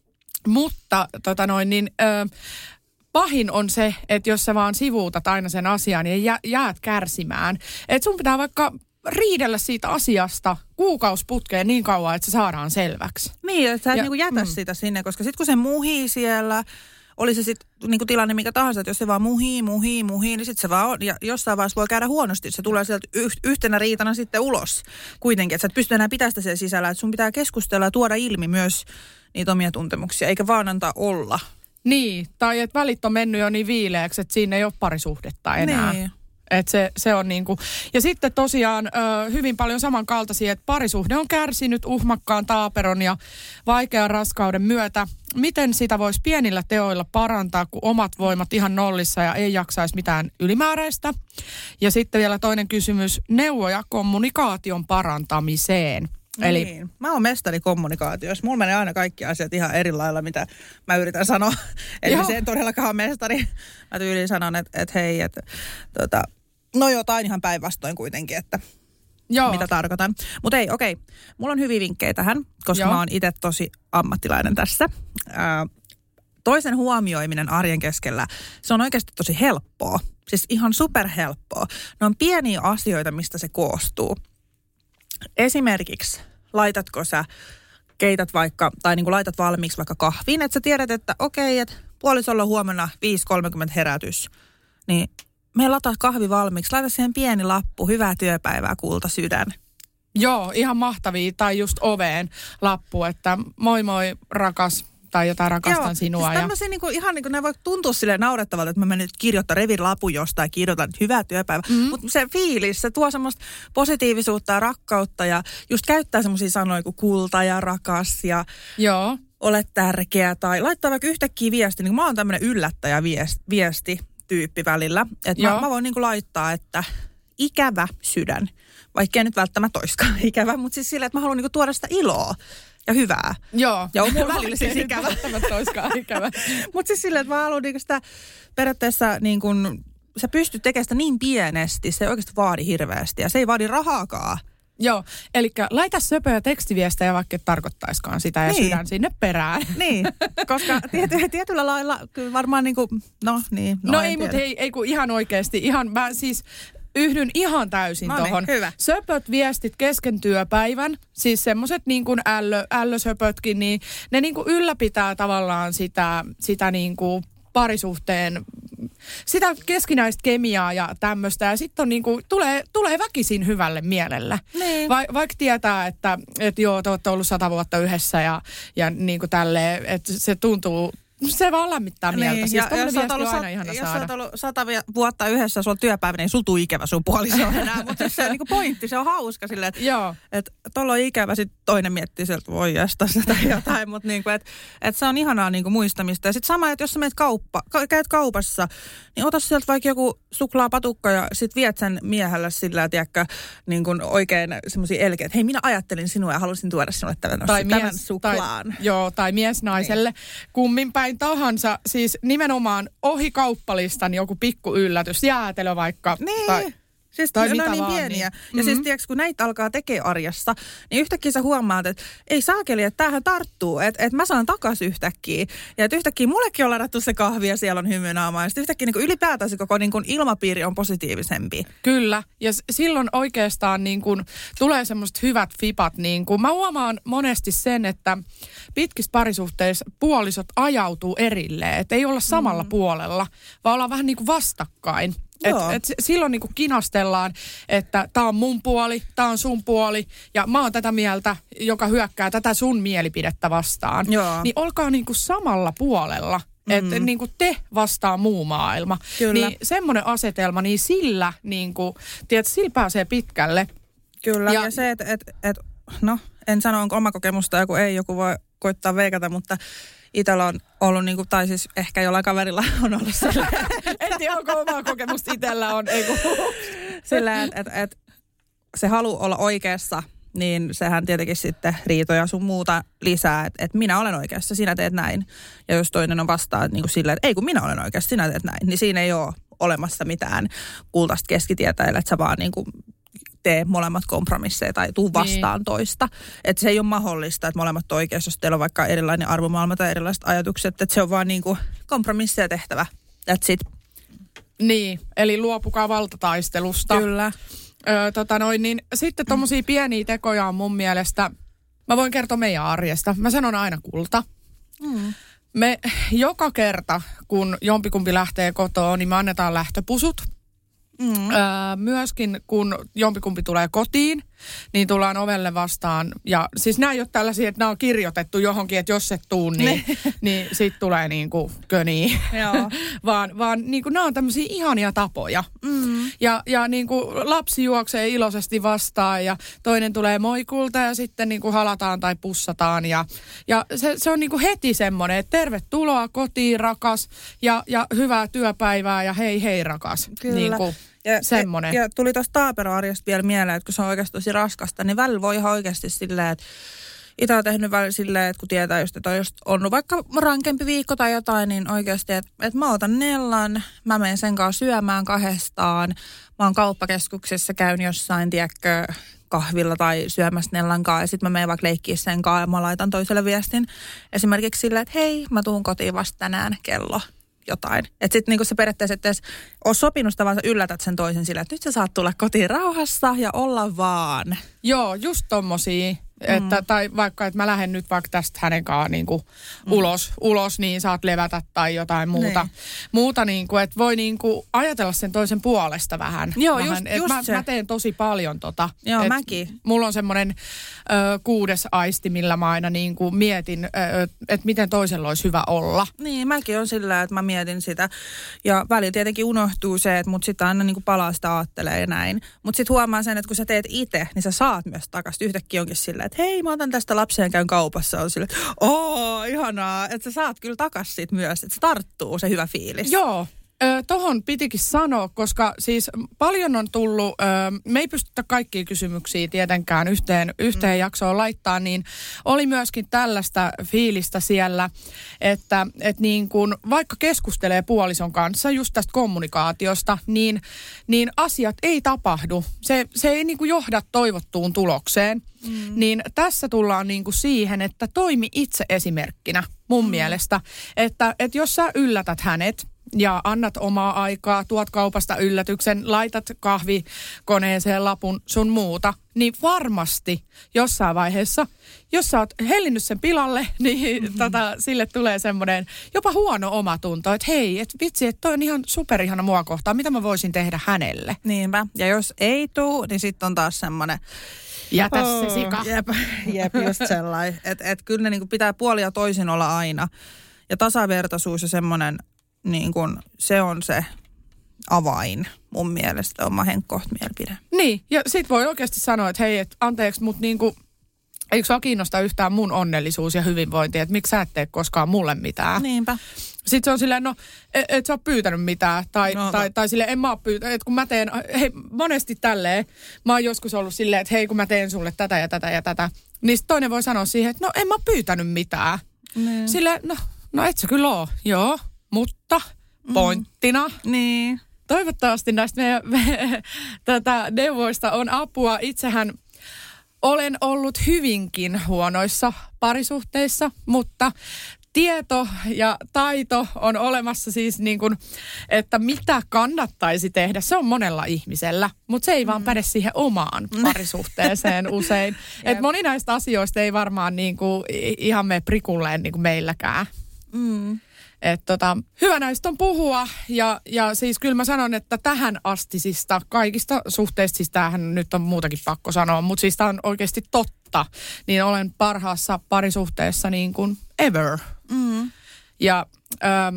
Mutta tota noin, niin, ö, pahin on se, että jos sä vaan sivuutat aina sen asian, niin jä, jäät kärsimään. Että sun pitää vaikka riidellä siitä asiasta kuukausiputkeen niin kauan, että se saadaan selväksi. Niin, että sä et niinku jätä mm. sitä sinne, koska sitten kun se muhii siellä, oli se sitten niinku tilanne mikä tahansa, että jos se vaan muhii, muhii, muhii, niin sitten se vaan on, ja jossain vaiheessa voi käydä huonosti, se tulee sieltä yh- yhtenä riitana sitten ulos kuitenkin, että sä et pysty enää pitämään sitä siellä sisällä, että sun pitää keskustella ja tuoda ilmi myös niitä omia tuntemuksia, eikä vaan antaa olla. Niin, tai että välit on mennyt jo niin viileäksi, että siinä ei ole parisuhdetta enää. Niin. Et se, se on niinku. Ja sitten tosiaan ö, hyvin paljon samankaltaisia, että parisuhde on kärsinyt uhmakkaan taaperon ja vaikean raskauden myötä. Miten sitä voisi pienillä teoilla parantaa, kun omat voimat ihan nollissa ja ei jaksaisi mitään ylimääräistä? Ja sitten vielä toinen kysymys, neuvoja kommunikaation parantamiseen. Eli niin. Mä oon mestari kommunikaatiossa. Mulla menee aina kaikki asiat ihan eri lailla, mitä mä yritän sanoa. Eli se en todellakaan ole mestari. Mä tyyliin sanon, että et hei, että tota, no jotain ihan päinvastoin kuitenkin, että Joo. mitä tarkoitan. Mutta ei, okei. Okay. Mulla on hyviä vinkkejä tähän, koska Joo. mä oon itse tosi ammattilainen tässä. Ää, toisen huomioiminen arjen keskellä, se on oikeasti tosi helppoa. Siis ihan superhelppoa. Ne on pieniä asioita, mistä se koostuu. Esimerkiksi laitatko sä, keität vaikka, tai niin kuin laitat valmiiksi vaikka kahvin, että sä tiedät, että okei, että puolisolla huomenna viisi kolmekymmentä herätys, niin me lataa kahvi valmiiksi, laita siihen pieni lappu, hyvää työpäivää, kulta sydän. Joo, ihan mahtavia, tai just oveen lappu, että moi moi rakas, tai jotain rakastan Joo, sinua. Siis tämmöisiä ja niinku, ihan niin kuin ne voi tuntua silleen naurettavalta, että mä menen nyt kirjoittaa revirilapun jostain ja kirjoitan nyt hyvää työpäivää. Mm-hmm. Mutta se fiilis, se tuo semmoista positiivisuutta ja rakkautta ja just käyttää semmoisia sanoja kuin kulta ja rakas ja Joo. ole tärkeä. Tai laittaa vaikka yhtäkkiä viesti, niin kuin mä oon tämmöinen yllättäjä viesti, viestityyppi välillä. Että mä, mä voin niin kuin laittaa, että ikävä sydän. Vaikka ei nyt välttämättä oiskaan ikävä, mutta siis silleen, että mä haluan niin kuin tuoda sitä iloa. Ja hyvää. Joo. Ja on mulla välillä siis ikävä. ikävä. Mutta siis silleen, että mä haluan niinku sitä periaatteessa niin kuin, sä pystyt tekemään sitä niin pienesti, se ei oikeasti vaadi hirveästi ja se ei vaadi rahaakaan. Joo, eli laita söpöjä tekstiviestejä, vaikka et tarkoittaiskaan sitä ja niin. sydän sinne perään. Niin, koska tiety, tietyllä lailla kyllä varmaan niin kuin, no niin. No, no ei, mutta ei, ei kun ihan oikeasti, ihan mä siis yhdyn ihan täysin no tohon. Niin, hyvä. Söpöt viestit kesken työpäivän, siis semmoiset niin kuin ällö, ällösöpötkin, niin ne niin kuin ylläpitää tavallaan sitä, sitä niin kuin parisuhteen, sitä keskinäistä kemiaa ja tämmöistä. Ja sitten niin kuin, tulee, tulee väkisin hyvälle mielelle. Niin. Va, vaikka tietää, että et joo, te olette ollut sata vuotta yhdessä ja, ja niin kuin tälleen, että se tuntuu. Se vaan lämmittää mieltä. Niin, siis ja jos sä aina sat, ihana jos saada. Jos sä oot ollut sata vuotta yhdessä ja sulla on työpäivä, niin sul tuu ikävä sun puoliso enää. Mutta se on niinku pointti, se on hauska silleen, että et, tuolla on ikävä, sitten toinen miettii sieltä, että voi jästä sitä jotain. Mutta niinku, että et se on ihanaa niinku muistamista. Ja sitten sama, että jos sä meet kauppa, ka, käyt kaupassa, niin ota sieltä vaikka joku suklaapatukka ja sit viet sen miehelle sillä, tiedätkö, niin kuin oikein semmoisia elkeä, että hei, minä ajattelin sinua ja halusin tuoda sinulle tämän, tai tämän mies, suklaan. Tai, joo, tai mies naiselle. Niin. Kummin päin tahansa, siis nimenomaan ohi kauppalistan joku pikku yllätys, jäätelö vaikka. Niin. Tai, siis tai ne mitä on niin vaan, pieniä. Niin. Ja mm-hmm. siis tiedätkö, kun näitä alkaa tekemään arjessa, niin yhtäkkiä sä huomaat, että ei saakeli, että tämähän tarttuu. Että et mä saan takas yhtäkkiä. Ja että yhtäkkiä mullekin on ladattu se kahvi ja siellä on hymynaama. Ja sitten yhtäkkiä niin kuin ylipäätään se koko niin kuin ilmapiiri on positiivisempi. Kyllä. Ja s- silloin oikeastaan niin kuin tulee semmoiset hyvät fipat. Niin kuin mä huomaan monesti sen, että pitkissä parisuhteissa puolisot ajautuu erilleen. Että ei olla samalla mm. puolella, vaan ollaan vähän niin kuin vastakkain. Et, et silloin niinku kinastellaan, että tää on mun puoli, tää on sun puoli ja mä oon tätä mieltä, joka hyökkää tätä sun mielipidettä vastaan. Joo. Niin olkaa niinku samalla puolella, että mm. niinku te vastaa muu maailma. Kyllä. Niin semmoinen asetelma, niin sillä niinku, tiedät, sillä pääsee pitkälle. Kyllä, ja, ja se, että et, et, no en sano onko oma kokemusta, joku ei, joku voi koittaa veikata, mutta itsellä on ollut, niin kuin, tai siis ehkä jollain kaverilla on ollut sillä. En tiedä, onko omaa kokemusta itsellä on. Ei kun. Sillä, että et, et, se halu olla oikeassa, niin sehän tietenkin sitten riitoja sun muuta lisää. Että et minä olen oikeassa, sinä teet näin. Ja jos toinen on vastaan niin kuin sillä, että ei kun minä olen oikeassa, sinä teet näin. Niin siinä ei ole olemassa mitään kultaista keskitietä, että sä vaan niin kuin tee molemmat kompromisseja tai tuu vastaan niin. toista. Että se ei ole mahdollista, että molemmat on oikeassa, jos teillä on vaikka erilainen arvomaailma tai erilaiset ajatukset. Että se on vaan niin kuin kompromisseja tehtävä. That's it. Niin, eli luopukaa valtataistelusta. Kyllä. Öö, tota noin, niin sitten tommosia pieniä tekoja on mun mielestä, mä voin kertoa meidän arjesta. Mä sanon aina kulta. Mm. Me joka kerta, kun jompikumpi lähtee kotoa, niin me annetaan lähtöpusut. Mm. Öö, myöskin kun jompikumpi tulee kotiin, niin tullaan ovelle vastaan. Ja siis nämä ei ole tällaisia, että nämä on kirjoitettu johonkin, että jos et tuu, niin, niin sit tulee niin kuin köniä. vaan vaan niin kuin, nämä on tämmöisiä ihania tapoja. Mm. Ja, ja niin kuin lapsi juoksee iloisesti vastaan ja toinen tulee moikulta ja sitten niin kuin halataan tai pussataan. Ja, ja se, se on niin kuin heti semmoinen, että tervetuloa kotiin rakas ja, ja hyvää työpäivää ja hei hei rakas. Kyllä. Niin kuin ja, semmoinen. Ja, ja tuli tuosta taaperoarjesta vielä mieleen, että kun se on oikeasti tosi raskasta, niin välillä voi ihan oikeasti silleen, että itse on tehnyt välillä silleen, että kun tietää just, että on, just on vaikka rankempi viikko tai jotain, niin oikeasti, että, että mä otan Nellan, mä menen sen kanssa syömään kahdestaan. Mä oon kauppakeskuksessa, käyn jossain, tiedätkö, kahvilla tai syömässä Nellan kanssa ja sitten mä menen vaikka leikkiä sen kanssa ja mä laitan toiselle viestin esimerkiksi silleen, että hei, mä tuun kotiin vasta tänään kello jotain. Että sitten niinku se periaatteessa, että jos oot sopinut sitä, vaan sä yllätät sen toisen silleen, että nyt sä saat tulla kotiin rauhassa ja olla vaan. Joo, just tommosia. Että, mm. Tai vaikka, että mä lähden nyt vaikka tästä hänen kanssaan niin kuin mm. ulos, ulos, niin saat levätä tai jotain muuta. Niin. Muuta niin kuin, että voi niin kuin ajatella sen toisen puolesta vähän. Joo, vähän, just, just mä, se. mä teen tosi paljon tota. Joo, mäkin. Mulla on semmoinen ö, kuudes aisti, millä mä aina niin kuin mietin, että miten toisella olisi hyvä olla. Niin, mäkin on sillä, että mä mietin sitä. Ja välillä tietenkin unohtuu se, että mut sitä aina niin kuin palaa sitä aattelee ja näin. Mut sit huomaa sen, että kun sä teet itse, niin sä saat myös takaisin. Yhtäkkiä onkin silleen, että hei, mä otan tästä lapseen käyn kaupassa. On silleen, että ooo, ihanaa. Että sä saat kyllä takaisin siitä myös, että se tarttuu se hyvä fiilis. Joo. Ö, tohon pitikin sanoa, koska siis paljon on tullut, ö, me ei pystytä kaikkia kysymyksiä tietenkään yhteen, yhteen mm. jaksoon laittaa, niin oli myöskin tällaista fiilistä siellä, että et niin kun, vaikka keskustelee puolison kanssa just tästä kommunikaatiosta, niin, niin asiat ei tapahdu. Se, se ei niin kun johda toivottuun tulokseen. Mm. Niin tässä tullaan niin kuin siihen, että toimi itse esimerkkinä mun mm. mielestä, että, että jos sä yllätät hänet ja annat omaa aikaa, tuot kaupasta yllätyksen, laitat kahvikoneeseen lapun sun muuta, niin varmasti jossain vaiheessa, jos sä oot hellinnyt sen pilalle, niin mm-hmm. tota, sille tulee semmoinen jopa huono omatunto, että hei, et vitsi, että toi on ihan superihana mua kohtaan, mitä mä voisin tehdä hänelle. Niinpä, ja jos ei tuu, niin sitten on taas semmoinen jätä oh, se sika. Jep, jep just sellainen. Että et kyllä ne niinku pitää puolia toisin olla aina. Ja tasavertaisuus ja semmoinen, niin kun, se on se avain mun mielestä, oma henkkoht mielipide. Niin, ja sit voi oikeasti sanoa, että hei, et anteeksi, mutta niinku, eikö sua kiinnosta yhtään mun onnellisuus ja hyvinvointi, että miksi sä et tee koskaan mulle mitään? Niinpä. Sitten se on silleen, no, et, et sä oo pyytänyt mitään. Tai, no, tai, tai silleen, en mä oo pyytänyt, että kun mä teen, hei, monesti tälleen, mä oon joskus ollut silleen, että hei, kun mä teen sulle tätä ja tätä ja tätä. Niin sit toinen voi sanoa siihen, että no, en mä oo pyytänyt mitään. Mm. Silleen, no, no et sä kyllä oo, joo, mutta pointtina. Mm. Niin. Toivottavasti näistä meidän tätä neuvoista on apua. Itsehän olen ollut hyvinkin huonoissa parisuhteissa, mutta tieto ja taito on olemassa siis niin kuin, että mitä kannattaisi tehdä. Se on monella ihmisellä, mutta se ei vaan päde siihen omaan parisuhteeseen usein. Et moni näistä asioista ei varmaan niin kuin ihan mene prikulleen niin kuin meilläkään. Mm. Että tota, hyvä näistä on puhua ja, ja siis kyllä mä sanon, että tähän astisista kaikista suhteista, siis tämähän nyt on muutakin pakko sanoa, mutta siis tämä on oikeasti totta, niin olen parhaassa parisuhteessa niin kuin ever. Mm. Ja ähm,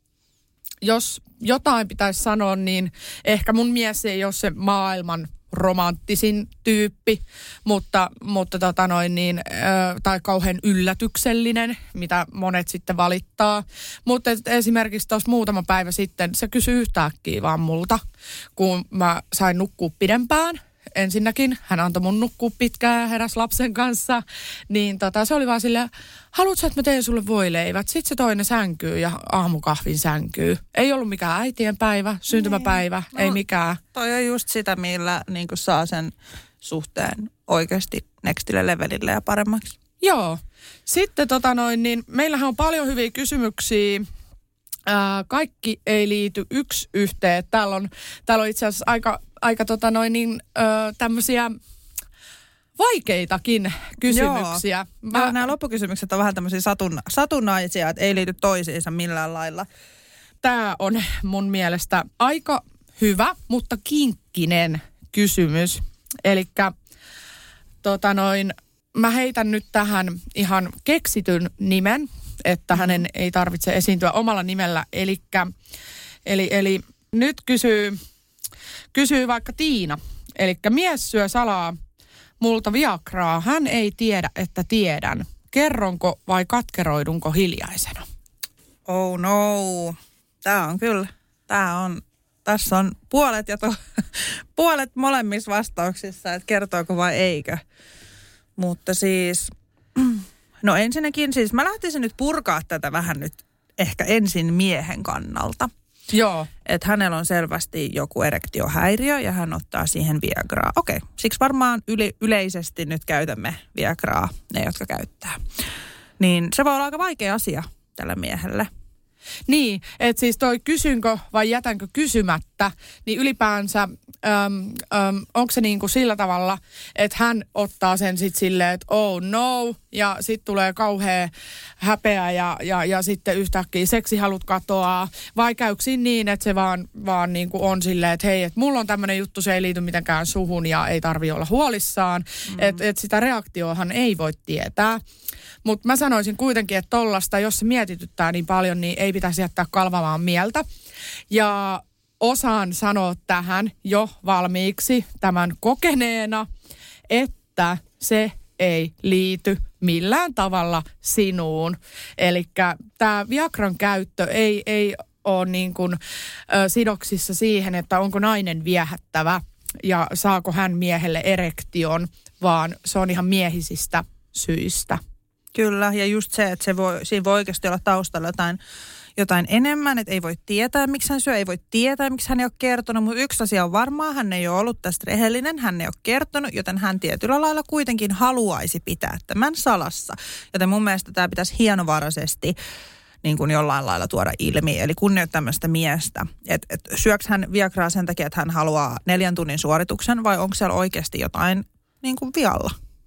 jos jotain pitäisi sanoa, niin ehkä mun mies ei ole se maailman romanttisin tyyppi, mutta, mutta tota noin niin, ö, tai kauhean yllätyksellinen, mitä monet sitten valittaa. Mutta esimerkiksi tuossa muutama päivä sitten se kysyi yhtäkkiä vaan multa, kun mä sain nukkua pidempään. Ensinnäkin hän antoi mun nukkua pitkään, heräsi lapsen kanssa, niin tota, se oli vaan silleen, haluatko, että mä teen sulle voileivät? Sitten se toinen sänkyy ja aamukahvin sänkyy. Ei ollut mikään äitien päivä, syntymäpäivä, no, ei mikään. Toi on just sitä, millä niin kuin saa sen suhteen oikeasti nextille levelille ja paremmaksi. Joo. Sitten tota noin, niin meillähän on paljon hyviä kysymyksiä. Ää, kaikki ei liity yksi yhteen. Täällä on, täällä on itse asiassa aika, aika tota noin niin, ö, tämmöisiä vaikeitakin kysymyksiä. Mä... Nämä loppukysymykset on vähän tämmöisiä satun, satunnaisia, että ei liity toisiinsa millään lailla. Tämä on mun mielestä aika hyvä, mutta kinkkinen kysymys. Elikkä tota noin, mä heitän nyt tähän ihan keksityn nimen, että hänen ei tarvitse esiintyä omalla nimellä. Elikkä, eli, eli nyt kysyy Kysyy vaikka Tiina. Eli mies syö salaa multa Viagraa. Hän ei tiedä, että tiedän. Kerronko vai katkeroidunko hiljaisena? Oh no. Tää on kyllä. Tää on, tässä on puolet ja to, puolet molemmissa vastauksissa, että kertooko vai eikö. Mutta siis, no ensinnäkin siis mä lähtisin nyt purkaa tätä vähän nyt ehkä ensin miehen kannalta. Joo. Että hänellä on selvästi joku erektiohäiriö ja hän ottaa siihen Viagraa. Okei, siksi varmaan yli, yleisesti nyt käytämme Viagraa, ne jotka käyttää. Niin se voi olla aika vaikea asia tällä miehelle. Niin, että siis toi kysynkö vai jätänkö kysymättä, niin ylipäänsä äm, äm, onko se niin kuin sillä tavalla, että hän ottaa sen sitten silleen, että oh no, ja sitten tulee kauhea häpeä ja, ja, ja sitten yhtäkkiä seksihalut katoaa, vai käykö niin, että se vaan, vaan niin kuin on silleen, että hei, että mulla on tämmöinen juttu, se ei liity mitenkään suhun ja ei tarvi olla huolissaan, mm-hmm. että et sitä reaktiohan ei voi tietää. Mutta mä sanoisin kuitenkin, että tollasta, jos se mietityttää niin paljon, niin ei pitäisi jättää kalvamaan mieltä. Ja osaan sanoa tähän jo valmiiksi tämän kokeneena, että se ei liity millään tavalla sinuun. Eli tämä Viagran käyttö ei, ei ole niin kuin, ö, sidoksissa siihen, että onko nainen viehättävä ja saako hän miehelle erektion, vaan se on ihan miehisistä syistä. Kyllä, ja just se, että se voi, siinä voi oikeasti olla taustalla jotain, jotain enemmän, että ei voi tietää, miksi hän syö, ei voi tietää, miksi hän ei ole kertonut, mutta yksi asia on varmaa, hän ei ole ollut tästä rehellinen, hän ei ole kertonut, joten hän tietyllä lailla kuitenkin haluaisi pitää tämän salassa. Joten mun mielestä tämä pitäisi hienovaraisesti niin kuin jollain lailla tuoda ilmi, eli kunnioittaa tämmöistä miestä. Että et, syöks hän Viagraa sen takia, että hän haluaa neljän tunnin suorituksen, vai onko siellä oikeasti jotain niin kuin vialla?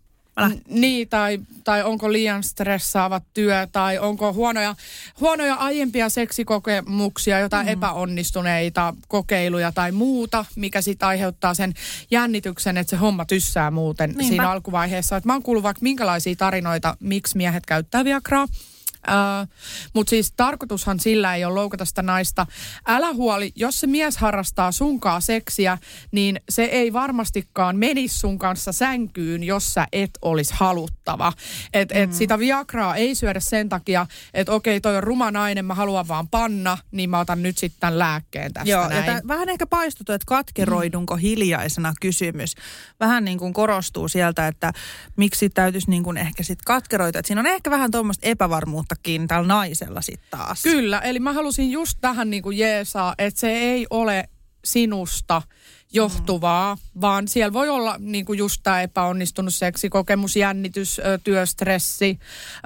Niin, tai, tai onko liian stressaava työ, tai onko huonoja, huonoja aiempia seksikokemuksia, jotain mm. epäonnistuneita kokeiluja tai muuta, mikä sitten aiheuttaa sen jännityksen, että se homma tyssää muuten Niinpä. Siinä alkuvaiheessa. Et mä oon kuullut vaikka minkälaisia tarinoita, miksi miehet käyttää Viagraa. Uh, Mutta siis tarkoitushan sillä ei ole loukata sitä naista. Älä huoli, jos se mies harrastaa sunkaa seksiä, niin se ei varmastikaan menisi sun kanssa sänkyyn, jos sä et olisi haluttava. Että mm. et sitä Viagraa ei syödä sen takia, että okei, toi on ruma nainen, mä haluan vaan panna, niin mä otan nyt sitten tämän lääkkeen tästä Joo, näin. Ja vähän ehkä paistuttu, että katkeroidunko mm. hiljaisena kysymys. Vähän niin kuin korostuu sieltä, että miksi täytyisi niin kuin ehkä sitten katkeroita. Että siinä on ehkä vähän tuommoista epävarmuutta tällä naisella sitten taas. Kyllä, eli mä halusin just tähän niin kuin jeesaa, että se ei ole sinusta johtuvaa, mm. vaan siellä voi olla niin kuin just tämä epäonnistunut seksikokemus, jännitys, työstressi.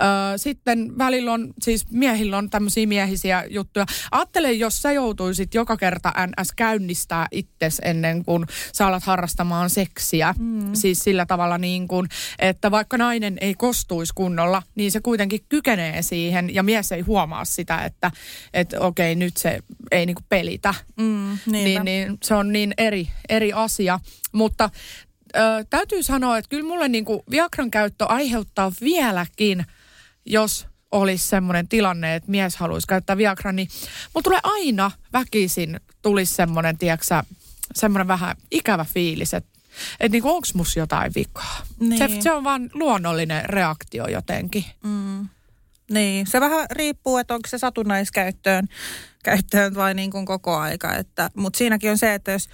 Sitten välillä on, siis miehillä on tämmöisiä miehisiä juttuja. Ajattele, jos sä joutuisit joka kerta N S käynnistää itsesi ennen kuin sä alat harrastamaan seksiä. Mm. Siis sillä tavalla niin kuin, että vaikka nainen ei kostuisi kunnolla, niin se kuitenkin kykenee siihen ja mies ei huomaa sitä, että, että okei, nyt se ei niin kuin pelitä. Mm, niin, niin se on niin eri eri asia, mutta ö, täytyy sanoa, että kyllä mulle niinku Viagran käyttö aiheuttaa vieläkin, jos olisi semmoinen tilanne, että mies haluaisi käyttää Viagran, niin mulla tulee aina väkisin, tulisi semmoinen, tiedätkö, semmoinen vähän ikävä fiilis, että et niinku onko musta jotain vikaa. Niin. Se, se on vaan luonnollinen reaktio jotenkin. Mm. Niin, se vähän riippuu, että onko se satunnaiskäyttöön käyttöön vai niin kuin koko aika. Mutta siinäkin on se, että jos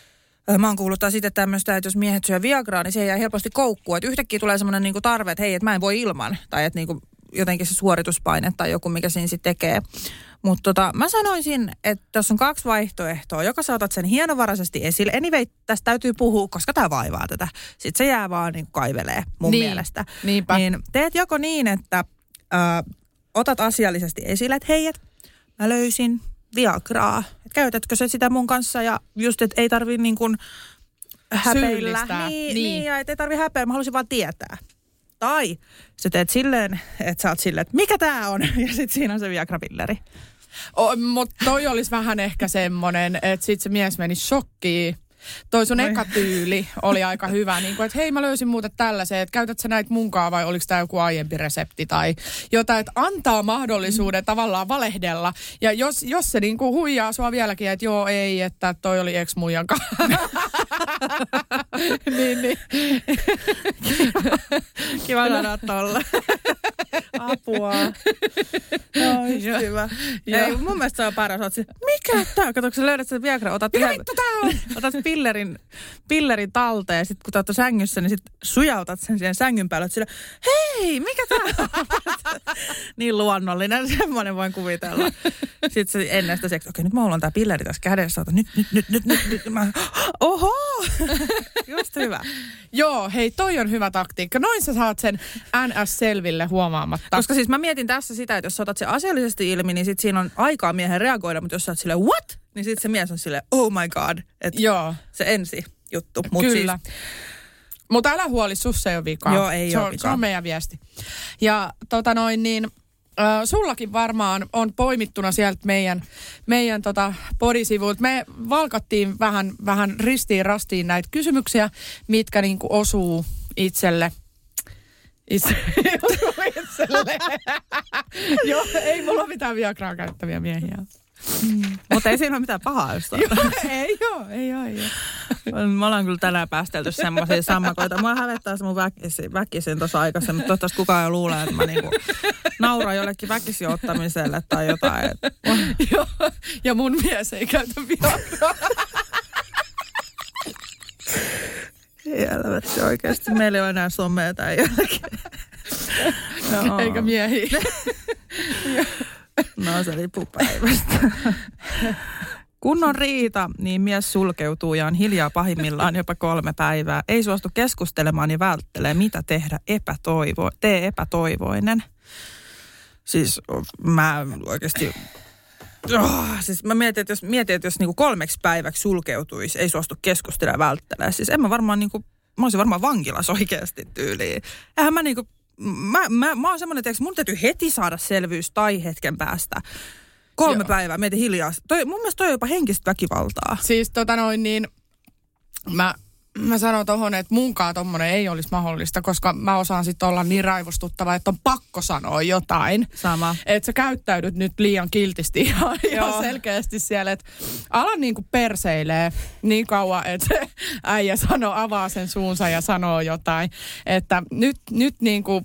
mä oon kuullut taas itse tämmöistä, että jos miehet syö Viagraa, niin se jää helposti koukkuun. Että yhtäkkiä tulee semmoinen niinku tarve, että hei, että mä en voi ilman. Tai että niinku jotenkin se suorituspaine tai joku, mikä siinä sitten tekee. Mutta tota, mä sanoisin, että tässä on kaksi vaihtoehtoa. Joka sä otat sen hienovaraisesti esille. Anyway, tästä täytyy puhua, koska tää vaivaa tätä. Sitten se jää vaan niinku kaivelee mun niin, mielestä. Niinpä. Niin teet joko niin, että äh, otat asiallisesti esille, että hei, et mä löysin Viagraa. Et käytätkö se sitä mun kanssa ja just, että ei tarvi niin kuin häpeillä. Niin, niin. niin ja et ei tarvi häpeillä, mä halusin vaan tietää. Tai sä teet silleen, että sä oot silleen, että mikä tää on? Ja sit siinä on se Viagra-pilleri. Mutta toi olisi vähän ehkä semmonen, että sit se mies meni shokkiin. toi sun eka tyyli oli aika hyvä. Niin kuin, että hei, mä löysin muuten tällaisen, että käytät sä näitä munkaan vai oliko tämä joku aiempi resepti tai jotain, että antaa mahdollisuuden mm. tavallaan valehdella. Ja jos, jos se niin kuin huijaa sua vieläkin, että joo ei, että toi oli ex-muijan kanssa. niin, niin. Kiva sanoa tolla. Apua. No, hyvä. Ei, mun mielestä se on paras. Oot siis, mikä tää? Kato, kun sä löydät sen Viagra, otat, mikä vittu tää on? Otat pillerin, pillerin talteen ja sit kun sä oot sängyssä, niin sit sujautat sen siihen sängyn päälle. Sillä, hei, mikä tää on? Niin luonnollinen, semmoinen voin kuvitella. Sitten se ennen sitä seksi, okei, nyt mulla on tää pilleri tässä kädessä. Ota, nyt, nyt, nyt, nyt, nyt, nyt. Mä, oho! Just hyvä. Joo, hei, toi on hyvä taktiikka. Noin sä saat sen N S-selville huomaamatta. Koska siis mä mietin tässä sitä, että jos sä otat se asiallisesti ilmi, niin sit siinä on aikaa miehen reagoida, mutta jos sä oot silleen, what? Niin sit se mies on silleen, oh my god. Et joo. Se ensi juttu. Mut kyllä. Siis... Mutta älä huoli, sussa ei ole vikaa. Joo, ei se ole on, vikaa. Se on meidän viesti. Ja tota noin niin... Äh, sullakin varmaan on poimittuna sieltä meidän, meidän tota podisivuilta. Me valkattiin vähän, vähän ristiin rastiin näitä kysymyksiä, mitkä niinku osuu itselle. Itse, osuu itselle. Joo, ei mulla ole mitään Viagraa käyttäviä miehiä. Mm. Mutta ei siinä ole mitään pahaa jostain. Joo, ei oo, ei oo, ei oo. Me ollaan kyllä tänään päästelty semmoisia sammakoita. Mua hävettää se mun väkisin, väkisin tuossa aikaisemmin, mutta toivottavasti kukaan ei luule, että mä niinku nauran jollekin väkisin ottamiselle tai jotain. Joo, ja mun mies ei käytä Viagraa. Helvetti oikeasti. Meillä ei ole enää somea tai jotakin. No. Eikä miehiä. No se riippuu päivästä. Kun on riita, niin mies sulkeutuu ja on hiljaa pahimmillaan jopa kolme päivää. Ei suostu keskustelemaan ja välttelee, mitä tehdä epätoivo, tee epätoivoinen. Siis mä oikeasti... Oh, siis mä mietin, että jos, mietin, että jos niinku kolmeksi päiväksi sulkeutuisi, ei suostu keskustelemaan ja välttelee. Siis en mä varmaan niinku... Mä olisin varmaan vankilassa oikeasti tyyliin. Eihän mä niinku... Mä, mä, mä oon semmoinen, että mun täytyy heti saada selvyys tai hetken päästä. Kolme Joo. päivää, mietin hiljaa. Toi, mun mielestä toi on jopa henkistä väkivaltaa. Siis tota noin niin, mä, mä sanon tohon, että munkaan tommonen ei olisi mahdollista, koska mä osaan sit olla niin raivostuttava, että on pakko sanoa jotain. Sama. Että sä käyttäydyt nyt liian kiltisti ihan, ihan selkeästi siellä, että ala niinku perseilee niin kauan, että se äijä sanoo, avaa sen suunsa ja sanoo jotain. Että nyt, nyt niinku...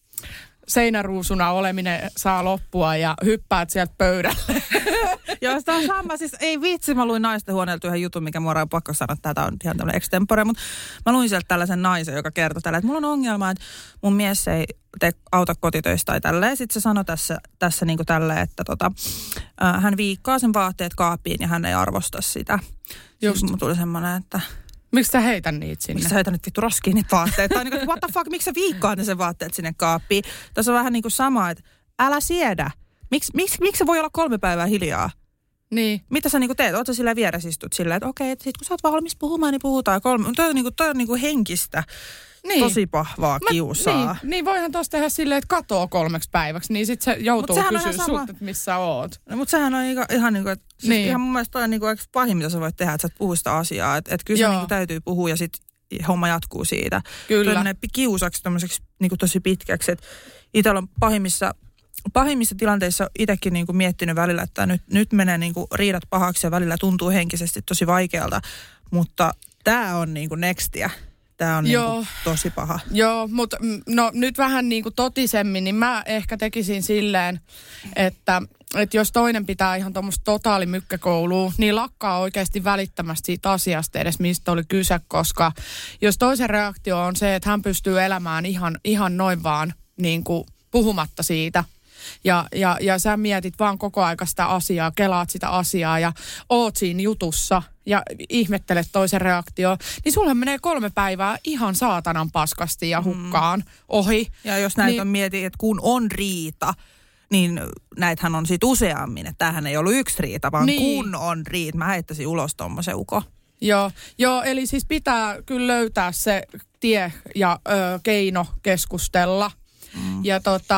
seinäruusuna oleminen saa loppua ja hyppäät sieltä pöydälle. Joo, sitä on sama. Siis ei vitsi, mä luin naisten huoneelta yhden jutun, mikä mua on pakko sanoa, että tämä on ihan tämmöinen extempore, mutta mä luin sieltä tällaisen naisen, joka kertoi tällä, että mulla on ongelma, että mun mies ei tee auta kotitöistä tai tälleen. Sitten se sanoi tässä, tässä niin kuin tälleen, että tota, äh, hän viikkaa sen vaatteet kaappiin ja hän ei arvosta sitä. Just. Siis mun tuli semmoinen, että... Miksi sä heitän niitä sinne? Miksi sä heitän nyt vittu roskiin niitä vaatteita? Tai niin kuin, what the fuck, miksi sä viikkaat ne sen vaatteet sinne kaappiin? Tässä on vähän niin kuin sama, että älä siedä. Miks, miksi, miksi se voi olla kolme päivää hiljaa? Niin. Mitä sä niin kuin teet? Oot sä sillä vieressä istut silleen, että okei, että sit kun sä oot valmis puhumaan, niin puhutaan. Kolme. Toi on, niin kuin, toi on niin kuin henkistä. Niin. Tosi pahvaa kiusaa. Mä, niin, niin voihan tossa tehdä silleen, että katoo kolmeksi päiväksi, niin sit se joutuu kysyä sulta, että missä oot. No, mutta sehän on ihan, ihan niin kuin, että siis niin. Ihan mun mielestä toi on niin kuin pahin, mitä sä voit tehdä, että sä et puhu sitä asiaa. Että et kyllä se niin kuin täytyy puhua ja sit homma jatkuu siitä. Kyllä. Toi menee kiusaksi tommoseksi niin kuin tosi pitkäksi. Että itsellä on pahimmissa, pahimmissa tilanteissa itsekin niin kuin miettinyt välillä, että nyt, nyt menee niin kuin riidat pahaksi ja välillä tuntuu henkisesti tosi vaikealta. Mutta tää on niin kuin nextiä. Tämä on niinku tosi paha. Joo, mutta no nyt vähän niinku totisemmin, niin mä ehkä tekisin silleen, että, että jos toinen pitää ihan tuommoista totaalimykkäkoulua, niin lakkaa oikeasti välittömästi siitä asiasta edes, mistä oli kyse, koska jos toisen reaktio on se, että hän pystyy elämään ihan, ihan noin vaan niinku puhumatta siitä, Ja, ja, ja sä mietit vaan koko aika sitä asiaa, kelaat sitä asiaa ja oot siinä jutussa ja ihmettelet toisen reaktioon, niin sulhan menee kolme päivää ihan saatanan paskasti ja hukkaan mm. ohi. Ja jos näitä niin, on mietin, että kun on riita, niin näitähän on sitten useammin, että tämähän ei ollut yksi riita, vaan niin. kun on riita. Mä heittäisin ulos tommosen uko. Joo, joo, eli siis pitää kyllä löytää se tie ja ö, keino keskustella. Mm. Ja tota...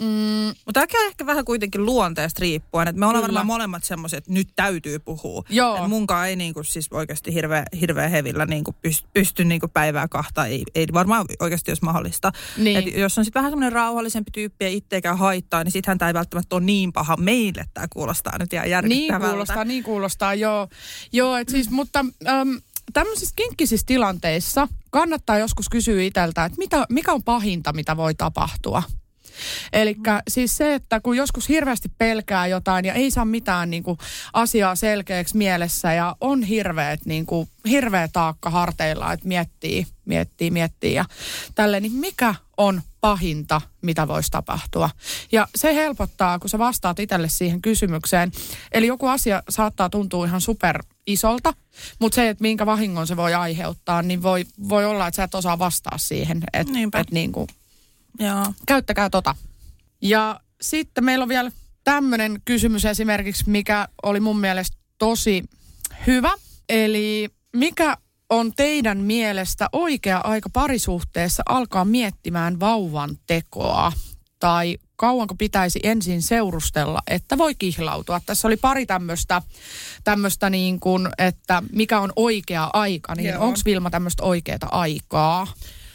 Mm. Mutta tämäkin on ehkä vähän kuitenkin luonteesta riippuen, että me ollaan varmaan molemmat semmoiset, että nyt täytyy puhua. Joo. Munkaan ei niinku siis oikeasti hirveä, hirveä hevillä niinku pysty, pysty niinku päivää kahta, ei, ei varmaan oikeasti olisi mahdollista. Niin. Et jos on sitten vähän semmoinen rauhallisempi tyyppi ja itseäkään haittaa, niin sittenhän tämä ei välttämättä ole niin paha meille. Tämä kuulostaa nyt ihan järkyttävältä. Niin kuulostaa, niin kuulostaa, joo. Joo, et siis, mutta äm, tämmöisissä kinkkisissä tilanteissa kannattaa joskus kysyä itseltä, että mitä, mikä on pahinta, mitä voi tapahtua. Eli siis se, että kun joskus hirveästi pelkää jotain ja ei saa mitään niin kuin asiaa selkeäksi mielessä ja on hirveät, niin kuin, hirveä taakka harteilla, että miettii, miettii, miettii ja tälleen, niin mikä on pahinta, mitä voisi tapahtua? Ja se helpottaa, kun sä vastaat itselle siihen kysymykseen. Eli joku asia saattaa tuntua ihan super isolta, mutta se, että minkä vahingon se voi aiheuttaa, niin voi, voi olla, että sä et osaa vastaa siihen, että et niin kuin Joo. Käyttäkää tota. Ja sitten meillä on vielä tämmöinen kysymys esimerkiksi, mikä oli mun mielestä tosi hyvä. Eli mikä on teidän mielestä oikea aika parisuhteessa alkaa miettimään vauvan tekoa? Tai kauanko pitäisi ensin seurustella, että voi kihlautua? Tässä oli pari tämmöistä, tämmöistä niin kuin, että mikä on oikea aika. Niin onko Vilma tämmöistä oikeaa aikaa?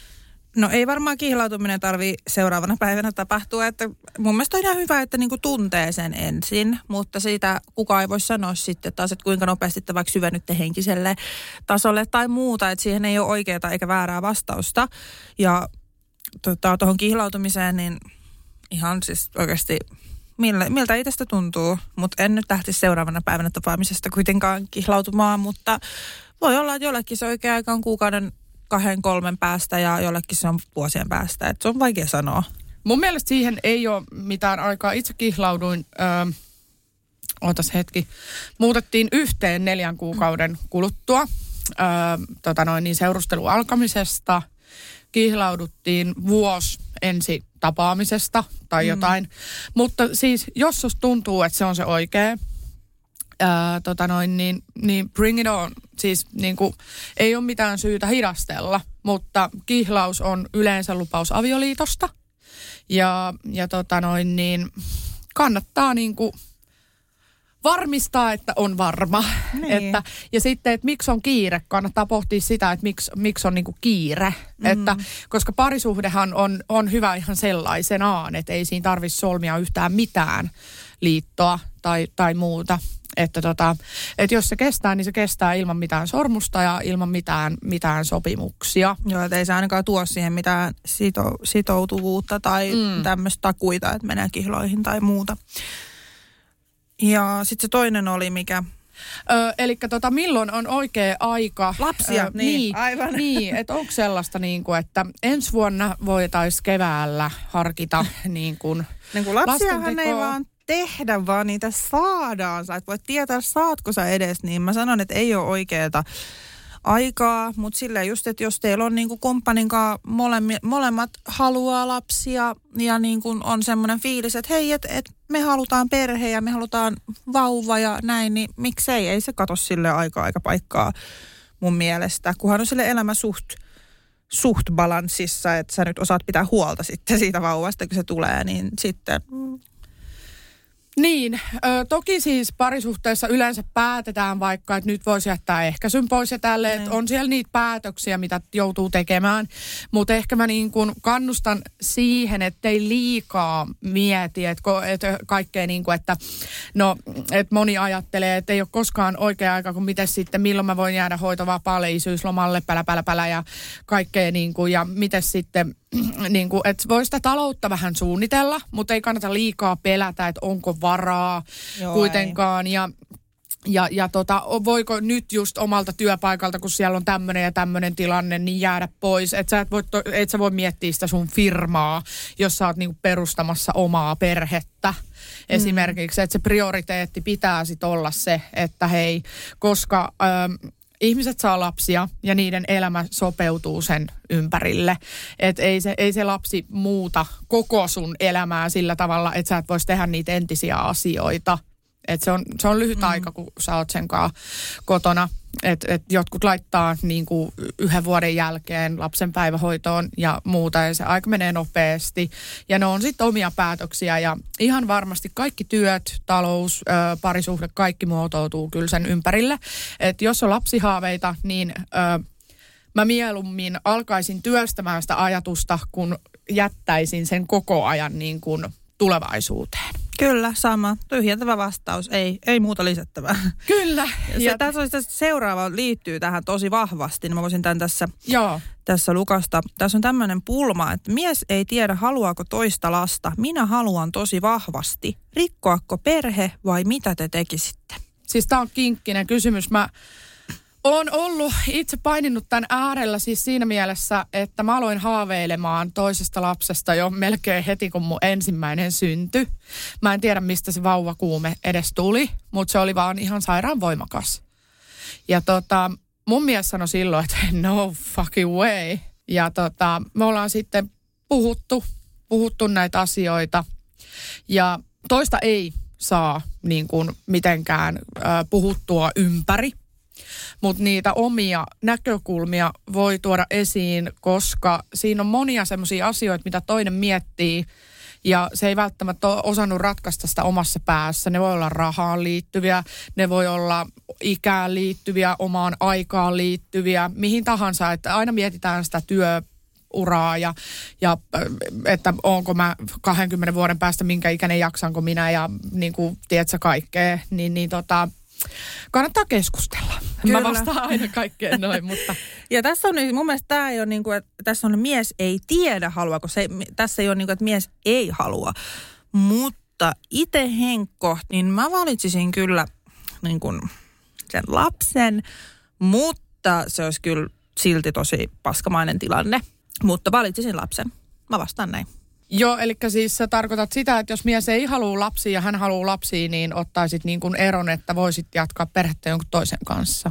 No ei varmaan kihlautuminen tarvii seuraavana päivänä tapahtua, että mun mielestä on ihan hyvä, että niinku tuntee sen ensin, mutta siitä kukaan ei voi sanoa sitten taas, että kuinka nopeasti te vaikka syvennytte henkiselle tasolle tai muuta, että siihen ei ole oikeaa eikä väärää vastausta. Ja tuohon tota, kihlautumiseen, niin ihan siis oikeasti miltä, miltä itsestä tuntuu, mutta en nyt lähtisi seuraavana päivänä tapaamisesta kuitenkaan kihlautumaan, mutta voi olla, että jollekin se oikea aika on kuukauden kahden, kolmen päästä ja jollekin se on vuosien päästä. Että se on vaikea sanoa. Mun mielestä siihen ei ole mitään aikaa. Itse kihlauduin, öö, ootas hetki, muutettiin yhteen neljän kuukauden kuluttua öö, tota noin, niin seurustelun alkamisesta. Kihlauduttiin vuosi ensi tapaamisesta tai mm. jotain. Mutta siis jos susta tuntuu, että se on se oikea, Ää, tota noin, niin, niin bring it on. Siis niin kuin, ei ole mitään syytä hidastella, mutta kihlaus on yleensä lupaus avioliitosta. Ja, ja tota noin, niin kannattaa niin kuin varmistaa, että on varma. Niin. Että, ja sitten, että miksi on kiire, kannattaa pohtia sitä, että miksi, miksi on niin kuin kiire. Mm. Että, koska parisuhdehan on, on hyvä ihan sellaisenaan, että ei siinä tarvitse solmia yhtään mitään liittoa tai, tai muuta. Että tota, et jos se kestää, niin se kestää ilman mitään sormusta ja ilman mitään, mitään sopimuksia. Joo, että ei se ainakaan tuo siihen mitään sito, sitoutuvuutta tai mm. tämmöistä takuita, että menee kihloihin tai muuta. Ja sitten se toinen oli mikä? Öö, eli tota, milloin on oikea aika? Lapsia, öö, niin, niin, aivan. Niin, että onko sellaista niin kuin, että ensi vuonna voitaisiin keväällä harkita niin kuin niin kuin lapsiahan ei vaan tehdä, vaan niitä saadaan. Sä et voi tietää, saatko sä edes, niin mä sanon, että ei ole oikeeta aikaa, mutta silleen just, että jos teillä on niinku kumppaninkaan molemmat, molemmat haluaa lapsia ja niinku on semmoinen fiilis, että hei, että et me halutaan perhe ja me halutaan vauva ja näin, niin miksei, ei se kato sille aikaa aika paikkaa mun mielestä, kunhan on sille elämä suht, suht balanssissa, että sä nyt osaat pitää huolta sitten siitä vauvasta, kun se tulee, niin sitten Niin, ö, toki siis parisuhteessa yleensä päätetään vaikka, että nyt voisi jättää ehkäisyn pois ja tälle, että on siellä niitä päätöksiä, mitä joutuu tekemään. Mutta ehkä mä niin kuin kannustan siihen, ettei liikaa mieti, että, että kaikkea niin kuin, että no, että moni ajattelee, että ei ole koskaan oikea aika, kun miten sitten, milloin mä voin jäädä hoitovapaalle, isyyslomalle, pälä, pälä, pälä ja kaikkea niin kuin, ja miten sitten niin kuin, että voi sitä taloutta vähän suunnitella, mutta ei kannata liikaa pelätä, että onko varaa Joo, kuitenkaan. Ei. Ja, ja, ja tota, voiko nyt just omalta työpaikalta, kun siellä on tämmöinen ja tämmöinen tilanne, niin jäädä pois. Että sä et voi, et sä voi miettiä sitä sun firmaa, jos sä oot niinku perustamassa omaa perhettä. Esimerkiksi, mm. että se prioriteetti pitää sit olla se, että hei, koska Ähm, ihmiset saa lapsia ja niiden elämä sopeutuu sen ympärille. Että ei se, ei se lapsi muuta koko sun elämää sillä tavalla, että sä et vois tehdä niitä entisiä asioita. Että se on, se on lyhyt mm. aika, kun sä oot sen kanssa kotona. että et jotkut laittaa niin kuin yhden vuoden jälkeen lapsen päivähoitoon ja muuta, ja se aika menee nopeasti. Ja ne on sitten omia päätöksiä, ja ihan varmasti kaikki työt, talous, ö, parisuhde, kaikki muotoutuu kyllä sen ympärille. Että jos on lapsihaaveita, niin ö, mä mieluummin alkaisin työstämään sitä ajatusta, kun jättäisin sen koko ajan niin kuin tulevaisuuteen. Kyllä, sama. Tyhjentävä vastaus. Ei, ei muuta lisättävää. Kyllä. Ja ja tässä on seuraava liittyy tähän tosi vahvasti. Niin mä voisin tämän tässä, Joo. tässä lukasta. Tässä on tämmöinen pulma, että mies ei tiedä, haluaako toista lasta. Minä haluan tosi vahvasti. Rikkoako perhe vai mitä te tekisitte? Siis tää on kinkkinen kysymys. Mä oon ollut itse paininut tämän äärellä siis siinä mielessä, että mä aloin haaveilemaan toisesta lapsesta jo melkein heti, kun mun ensimmäinen syntyi. Mä en tiedä, mistä se vauvakuume edes tuli, mutta se oli vaan ihan sairaan voimakas. Ja tota, mun mies sanoi silloin, että no fucking way. Ja tota, me ollaan sitten puhuttu, puhuttu näitä asioita. Ja toista ei saa niin kuin mitenkään äh, puhuttua ympäri. Mutta niitä omia näkökulmia voi tuoda esiin, koska siinä on monia semmoisia asioita, mitä toinen miettii. Ja se ei välttämättä ole osannut ratkaista sitä omassa päässä. Ne voi olla rahaan liittyviä, ne voi olla ikään liittyviä, omaan aikaan liittyviä, mihin tahansa. Että aina mietitään sitä työuraa ja, ja että onko mä kahdenkymmenen vuoden päästä, minkä ikäinen jaksanko minä ja niin kuin, tiedätkö kaikkea, niin, niin tota... kannattaa keskustella. Kyllä. Mä vastaan aina kaikkeen noin, mutta... Ja tässä on mun mielestä tämä ei ole niin kuin, että tässä on mies ei tiedä haluaako se, tässä ei ole niin kuin, että mies ei halua. Mutta itse Henkko, niin mä valitsisin kyllä niin kuin sen lapsen, mutta se olisi kyllä silti tosi paskamainen tilanne. Mutta valitsisin lapsen. Mä vastaan näin. Joo, eli siis sä tarkoitat sitä, että jos mies ei halua lapsia ja hän haluaa lapsia, niin ottaisit niin kuin eron, että voisit jatkaa perhettä jonkun toisen kanssa.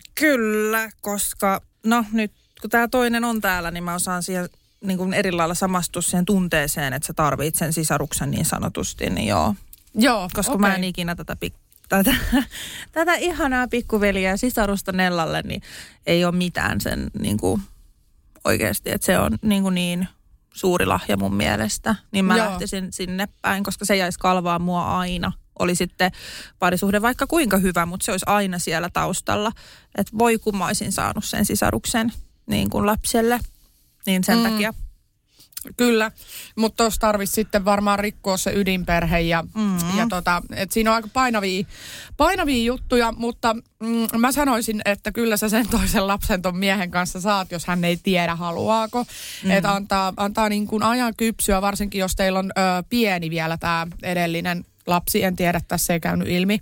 Kyllä, koska no nyt kun tämä toinen on täällä, niin mä osaan siihen niin kuin eri lailla samastua siihen tunteeseen, että sä tarvitset sen sisaruksen niin sanotusti, niin joo. Joo, koska okay. mä en ikinä tätä, tätä, tätä ihanaa pikkuveliä ja sisarusta Nellalle, niin ei ole mitään sen niin kuin oikeasti, että se on niin kuin niin... suuri lahja mun mielestä, niin mä Joo. lähtisin sinne päin, koska se jäisi kalvaa mua aina. Oli sitten parisuhde vaikka kuinka hyvä, mutta se olisi aina siellä taustalla. Että voi kun mä olisin saanut sen sisaruksen niin kuin lapselle, niin sen mm. takia. Kyllä, mutta tuossa tarvitsisi sitten varmaan rikkoa se ydinperhe ja, mm. ja tota, että siinä on aika painavia, painavia juttuja, mutta mm, mä sanoisin, että kyllä sä sen toisen lapsen ton miehen kanssa saat, jos hän ei tiedä haluaako. Mm. Että antaa, antaa niin kuin ajan kypsyä, varsinkin jos teillä on ö, pieni vielä tämä edellinen lapsi, en tiedä, tässä ei käynyt ilmi.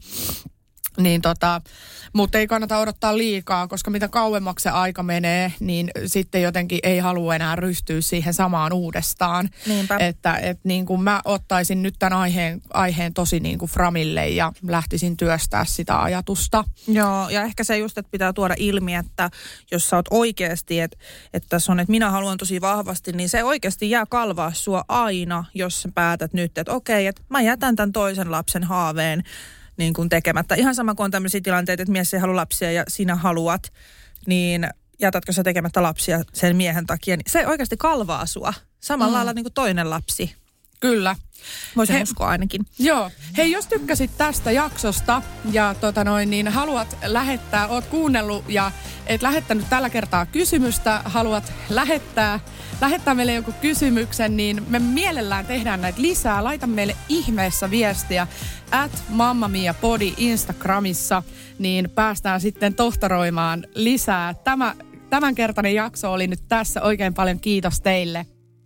Niin tota, mutta ei kannata odottaa liikaa, koska mitä kauemmaksi se aika menee, niin sitten jotenkin ei halua enää ryhtyä siihen samaan uudestaan. Niinpä. Että et niin kuin mä ottaisin nyt tämän aiheen, aiheen tosi niin kuin framille ja lähtisin työstää sitä ajatusta. Joo, ja ehkä se just, että pitää tuoda ilmi, että jos sä oot oikeasti, että, että tässä on, että minä haluan tosi vahvasti, niin se oikeasti jää kalvaa sua aina, jos sä päätät nyt, että okei, että mä jätän tämän toisen lapsen haaveen niin kuin tekemättä. Ihan sama kuin on tämmöisiä tilanteita, että mies ei halua lapsia ja sinä haluat, niin jätätkö sä tekemättä lapsia sen miehen takia, niin se oikeasti kalvaa sua. Samalla mm. lailla niin kuin toinen lapsi. Kyllä. Voisin He, uskoa ainakin. Joo. Hei, jos tykkäsit tästä jaksosta ja tota noin, niin haluat lähettää, oot kuunnellut ja et lähettänyt tällä kertaa kysymystä, haluat lähettää, lähettää meille joku kysymyksen, niin me mielellään tehdään näitä lisää. Laita meille ihmeessä viestiä at mammamiapodi Instagramissa, niin päästään sitten tohtoroimaan lisää. Tämä, tämänkertainen jakso oli nyt tässä. Oikein paljon kiitos teille.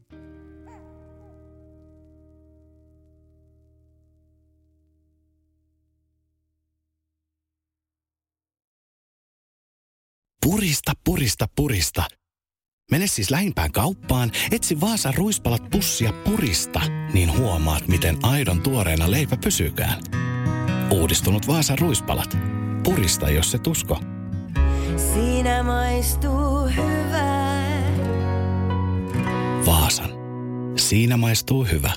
Purista, purista, purista. Mene siis lähimpään kauppaan, etsi Vaasan ruispalat pussia purista, niin huomaat, miten aidon tuoreena leipä pysykään. Uudistunut Vaasan ruispalat. Purista, jos se usko. Siinä maistuu hyvää. Vaasan. Siinä maistuu hyvä.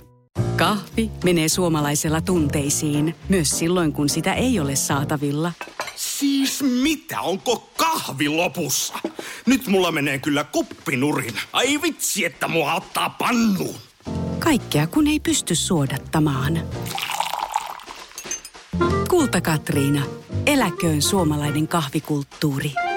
Kahvi menee suomalaisella tunteisiin, myös silloin kun sitä ei ole saatavilla. Siis mitä? Onko kahvi lopussa? Nyt mulla menee kyllä kuppinurin. Ai vitsi, että mua ottaa pannuun. Kaikkea kun ei pysty suodattamaan. Kulta Katriina. Eläköön suomalainen kahvikulttuuri.